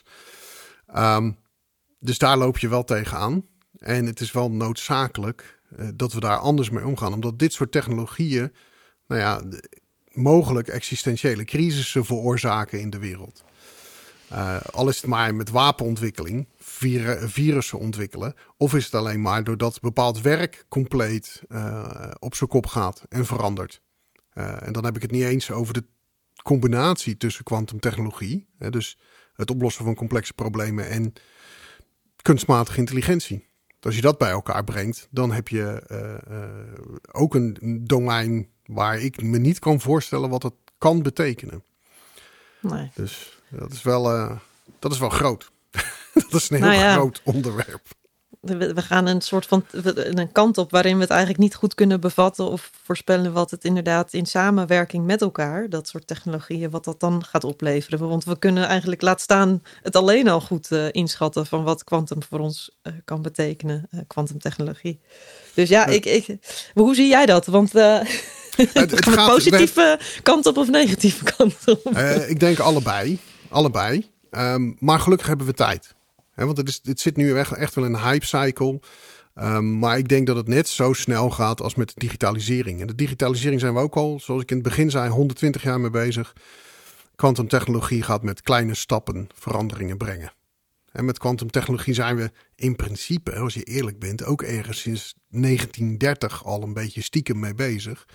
Um, dus daar loop je wel tegenaan. En het is wel noodzakelijk uh, dat we daar anders mee omgaan. Omdat dit soort technologieën, nou ja, mogelijk existentiële crisissen veroorzaken in de wereld. Uh, al is het maar met wapenontwikkeling, vir- virussen ontwikkelen. Of is het alleen maar doordat bepaald werk compleet uh, op zijn kop gaat en verandert. Uh, en dan heb ik het niet eens over de combinatie tussen kwantumtechnologie. Hè, dus het oplossen van complexe problemen en kunstmatige intelligentie. Als je dat bij elkaar brengt, dan heb je uh, uh, ook een domein waar ik me niet kan voorstellen wat het kan betekenen. Nee. Dus dat is wel, uh, dat is wel groot. Dat is een heel nou ja. groot onderwerp. We, we gaan een soort van een kant op waarin we het eigenlijk niet goed kunnen bevatten of voorspellen wat het inderdaad in samenwerking met elkaar, dat soort technologieën, wat dat dan gaat opleveren. Want we kunnen eigenlijk, laat staan, het alleen al goed uh, inschatten van wat kwantum voor ons uh, kan betekenen, kwantumtechnologie. Uh, dus ja, ik, ik, hoe zie jij dat? Want uh, het, het gaat positieve we, kant op of negatieve kant op? Uh, ik denk allebei. allebei. Um, maar gelukkig hebben we tijd. He, want het, is, het zit nu echt, echt wel in een hype cycle. Um, maar ik denk dat het net zo snel gaat als met de digitalisering. En de digitalisering zijn we ook al, zoals ik in het begin zei, honderdtwintig jaar mee bezig. Kwantumtechnologie gaat met kleine stappen veranderingen brengen. En met kwantumtechnologie zijn we in principe, als je eerlijk bent, ook ergens sinds negentien dertig al een beetje stiekem mee bezig.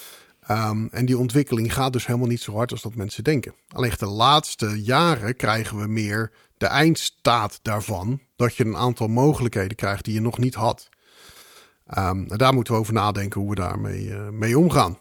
Um, en die ontwikkeling gaat dus helemaal niet zo hard als dat mensen denken. Alleen de laatste jaren krijgen we meer de eindstaat daarvan, dat je een aantal mogelijkheden krijgt die je nog niet had. Um, en daar moeten we over nadenken hoe we daarmee uh, mee omgaan.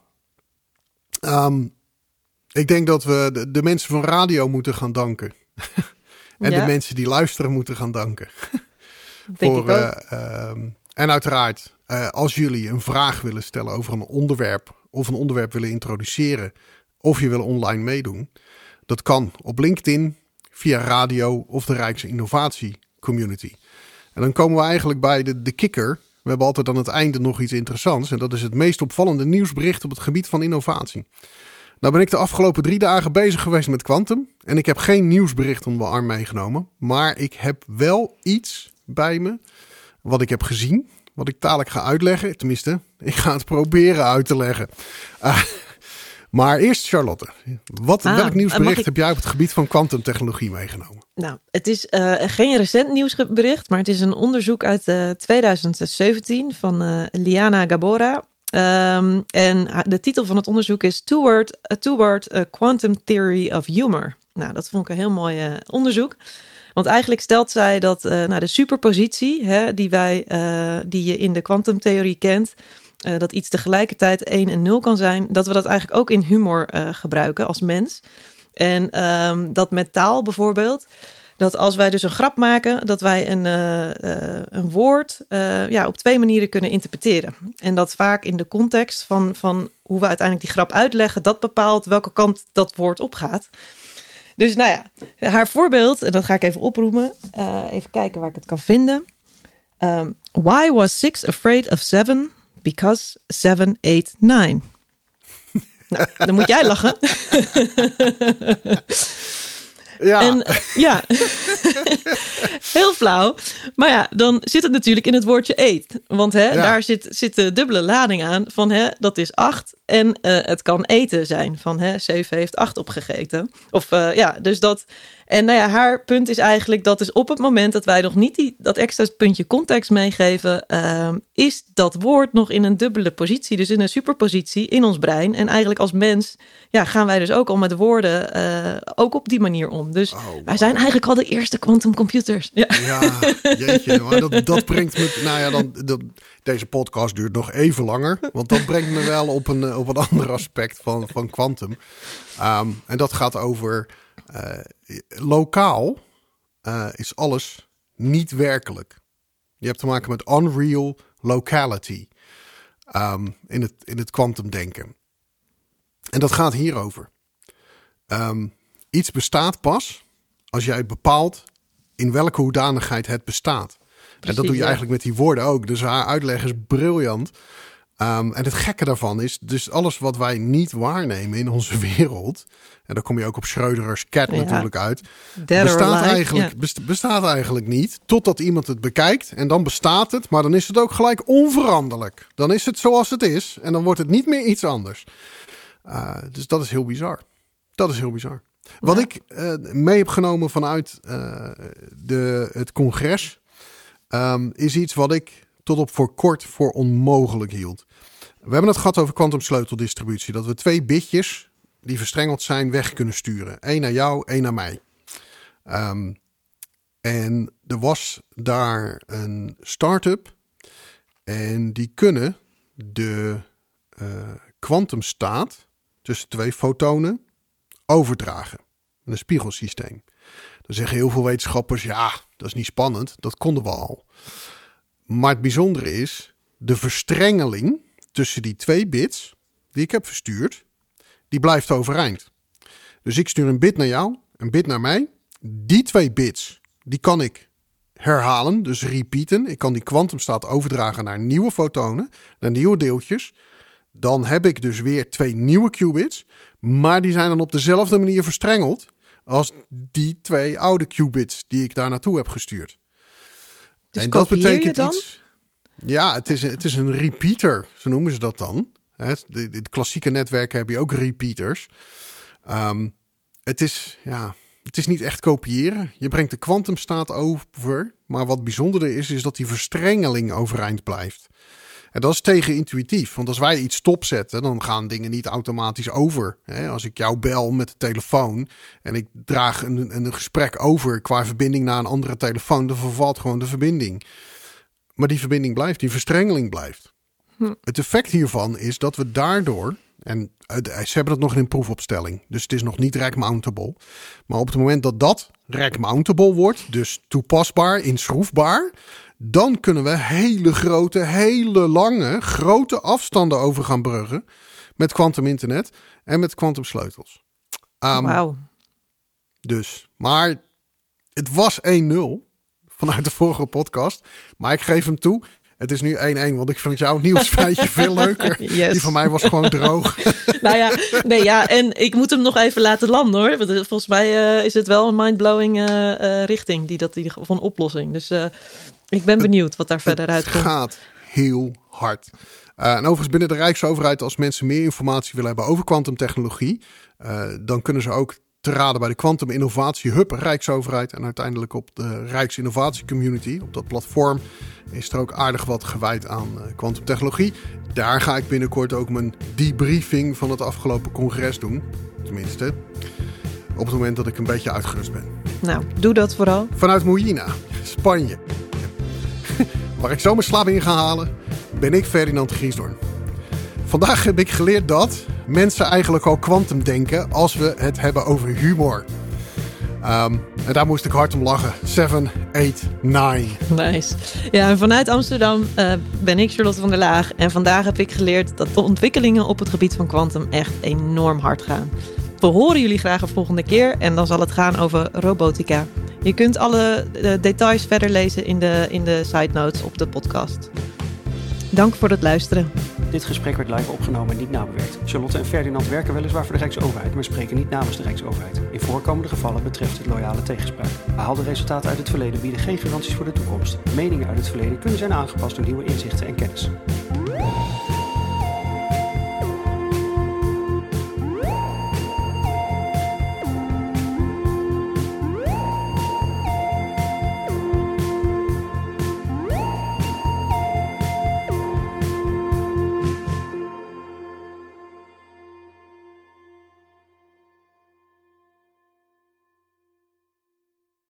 Um, ik denk dat we de, de mensen van radio moeten gaan danken. en ja. de mensen die luisteren moeten gaan danken. Denk Voor, ik ook. Uh, um, en uiteraard, uh, als jullie een vraag willen stellen over een onderwerp of een onderwerp willen introduceren of je wil online meedoen, dat kan op LinkedIn, via radio of de Rijks Innovatie Community. En dan komen we eigenlijk bij de, de kikker. We hebben altijd aan het einde nog iets interessants. En dat is het meest opvallende nieuwsbericht op het gebied van innovatie. Nou ben ik de afgelopen drie dagen bezig geweest met kwantum. En ik heb geen nieuwsbericht onder mijn arm meegenomen. Maar ik heb wel iets bij me wat ik heb gezien. Wat ik dadelijk ga uitleggen. Tenminste, ik ga het proberen uit te leggen. Uh, Maar eerst Charlotte, wat, ah, welk nieuwsbericht ik... heb jij op het gebied van kwantumtechnologie meegenomen? Nou, het is uh, geen recent nieuwsbericht, maar het is een onderzoek uit uh, twintig zeventien van uh, Liana Gabora. Um, en de titel van het onderzoek is Toward, uh, Toward a Quantum Theory of Humor. Nou, dat vond ik een heel mooi uh, onderzoek. Want eigenlijk stelt zij dat uh, nou, de superpositie, hè, die, wij, uh, die je in de kwantumtheorie kent, Uh, dat iets tegelijkertijd één en nul kan zijn, dat we dat eigenlijk ook in humor uh, gebruiken als mens. En um, dat met taal bijvoorbeeld, dat als wij dus een grap maken, dat wij een, uh, uh, een woord uh, ja, op twee manieren kunnen interpreteren. En dat vaak in de context van, van hoe we uiteindelijk die grap uitleggen, dat bepaalt welke kant dat woord opgaat. Dus nou ja, haar voorbeeld, en dat ga ik even oproemen, uh, even kijken waar ik het kan vinden. Um, Why was six afraid of seven? Because seven, eight, nine. Nou, dan moet jij lachen. Ja. En, ja. Heel flauw. Maar ja, dan zit het natuurlijk in het woordje eet. Want hè, ja. daar zit, zit de dubbele lading aan van hè, dat is acht. En uh, het kan eten zijn van hè, zeven heeft acht opgegeten. Of uh, ja, dus dat. En nou ja, haar punt is eigenlijk dat is op het moment dat wij nog niet die, dat extra puntje context meegeven, uh, is dat woord nog in een dubbele positie, dus in een superpositie in ons brein. En eigenlijk als mens ja, gaan wij dus ook al met woorden uh, ook op die manier om. Dus oh, wow. wij zijn eigenlijk al de eerste quantumcomputers. Ja, ja jeetje, maar dat, dat brengt me, nou ja, dan, dat, deze podcast duurt nog even langer, want dat brengt me wel op een, op een ander aspect van, van quantum. Um, en dat gaat over Uh, lokaal uh, is alles niet werkelijk. Je hebt te maken met unreal locality um, in het, in het kwantumdenken. En dat gaat hierover. Um, iets bestaat pas als jij bepaalt in welke hoedanigheid het bestaat. Precies, en dat doe je ja. eigenlijk met die woorden ook. Dus haar uitleg is briljant. Um, en het gekke daarvan is, dus alles wat wij niet waarnemen in onze wereld, en dan kom je ook op Schrödinger's cat ja. natuurlijk uit, bestaat eigenlijk, ja. best, bestaat eigenlijk niet, totdat iemand het bekijkt en dan bestaat het, maar dan is het ook gelijk onveranderlijk. Dan is het zoals het is en dan wordt het niet meer iets anders. Uh, dus dat is heel bizar. Dat is heel bizar. Ja. Wat ik uh, mee heb genomen vanuit uh, de, het congres, um, is iets wat ik tot op voor kort voor onmogelijk hield. We hebben het gehad over kwantumsleuteldistributie. Dat we twee bitjes die verstrengeld zijn weg kunnen sturen. Eén naar jou, één naar mij. Um, en er was daar een start-up. En die kunnen de kwantumstaat uh, tussen twee fotonen overdragen. Een spiegelsysteem. Dan zeggen heel veel wetenschappers, ja, dat is niet spannend. Dat konden we al. Maar het bijzondere is, de verstrengeling tussen die twee bits die ik heb verstuurd, die blijft overeind. Dus ik stuur een bit naar jou, een bit naar mij. Die twee bits, die kan ik herhalen, dus repeaten. Ik kan die kwantumstaat overdragen naar nieuwe fotonen, naar nieuwe deeltjes. Dan heb ik dus weer twee nieuwe qubits, maar die zijn dan op dezelfde manier verstrengeld als die twee oude qubits die ik daar naartoe heb gestuurd. Dus en dat betekent je dan? iets. Ja, het is, het is een repeater, zo noemen ze dat dan. Het, de, de klassieke netwerken heb je ook repeaters. Um, het is, ja, het is niet echt kopiëren. Je brengt de kwantumstaat over, maar wat bijzondere is, is dat die verstrengeling overeind blijft. En dat is tegenintuïtief, want als wij iets stopzetten, dan gaan dingen niet automatisch over. Als ik jou bel met de telefoon en ik draag een, een gesprek over qua verbinding naar een andere telefoon, dan vervalt gewoon de verbinding. Maar die verbinding blijft, die verstrengeling blijft. Hm. Het effect hiervan is dat we daardoor, en ze hebben dat nog in een proefopstelling, dus het is nog niet rack-mountable. Maar op het moment dat dat rack-mountable wordt, dus toepasbaar, inschroefbaar, dan kunnen we hele grote, hele lange, grote afstanden over gaan bruggen met quantum internet en met quantumsleutels. Um, Wauw. Dus, maar het was één nul vanuit de vorige podcast, maar ik geef hem toe. Het is nu één één, want ik vind jouw nieuwsfeitje veel leuker. Yes. Die van mij was gewoon droog. Nou ja, nee, ja, en ik moet hem nog even laten landen hoor. Want volgens mij uh, is het wel een mindblowing uh, uh, richting, die dat, die, of een oplossing. Dus uh, ik ben benieuwd wat daar het, verder uitkomt. Het gaat heel hard. Uh, en overigens binnen de Rijksoverheid, als mensen meer informatie willen hebben over kwantumtechnologie, uh, dan kunnen ze ook te raden bij de Quantum Innovatie Hub Rijksoverheid en uiteindelijk op de Rijksinnovatie Community. Op dat platform is er ook aardig wat gewijd aan kwantumtechnologie. Uh, Daar ga ik binnenkort ook mijn debriefing van het afgelopen congres doen. Tenminste, op het moment dat ik een beetje uitgerust ben. Nou, doe dat vooral. Vanuit Mujina, Spanje. Waar ik zo mijn slaap in ga halen, ben ik Ferdinand Griesdoorn. Vandaag heb ik geleerd dat mensen eigenlijk al kwantum denken als we het hebben over humor. Um, en daar moest ik hard om lachen. zeven, acht, negen. Nice. Ja, en vanuit Amsterdam uh, ben ik Charlotte van der Laag. En vandaag heb ik geleerd dat de ontwikkelingen op het gebied van kwantum echt enorm hard gaan. We horen jullie graag een volgende keer en dan zal het gaan over robotica. Je kunt alle uh, details verder lezen in de, in de side notes op de podcast. Dank voor het luisteren. Dit gesprek werd live opgenomen en niet nabewerkt. Charlotte en Ferdinand werken weliswaar voor de Rijksoverheid, maar spreken niet namens de Rijksoverheid. In voorkomende gevallen betreft het loyale tegenspraak. Behaalde resultaten uit het verleden bieden geen garanties voor de toekomst. Meningen uit het verleden kunnen zijn aangepast door nieuwe inzichten en kennis.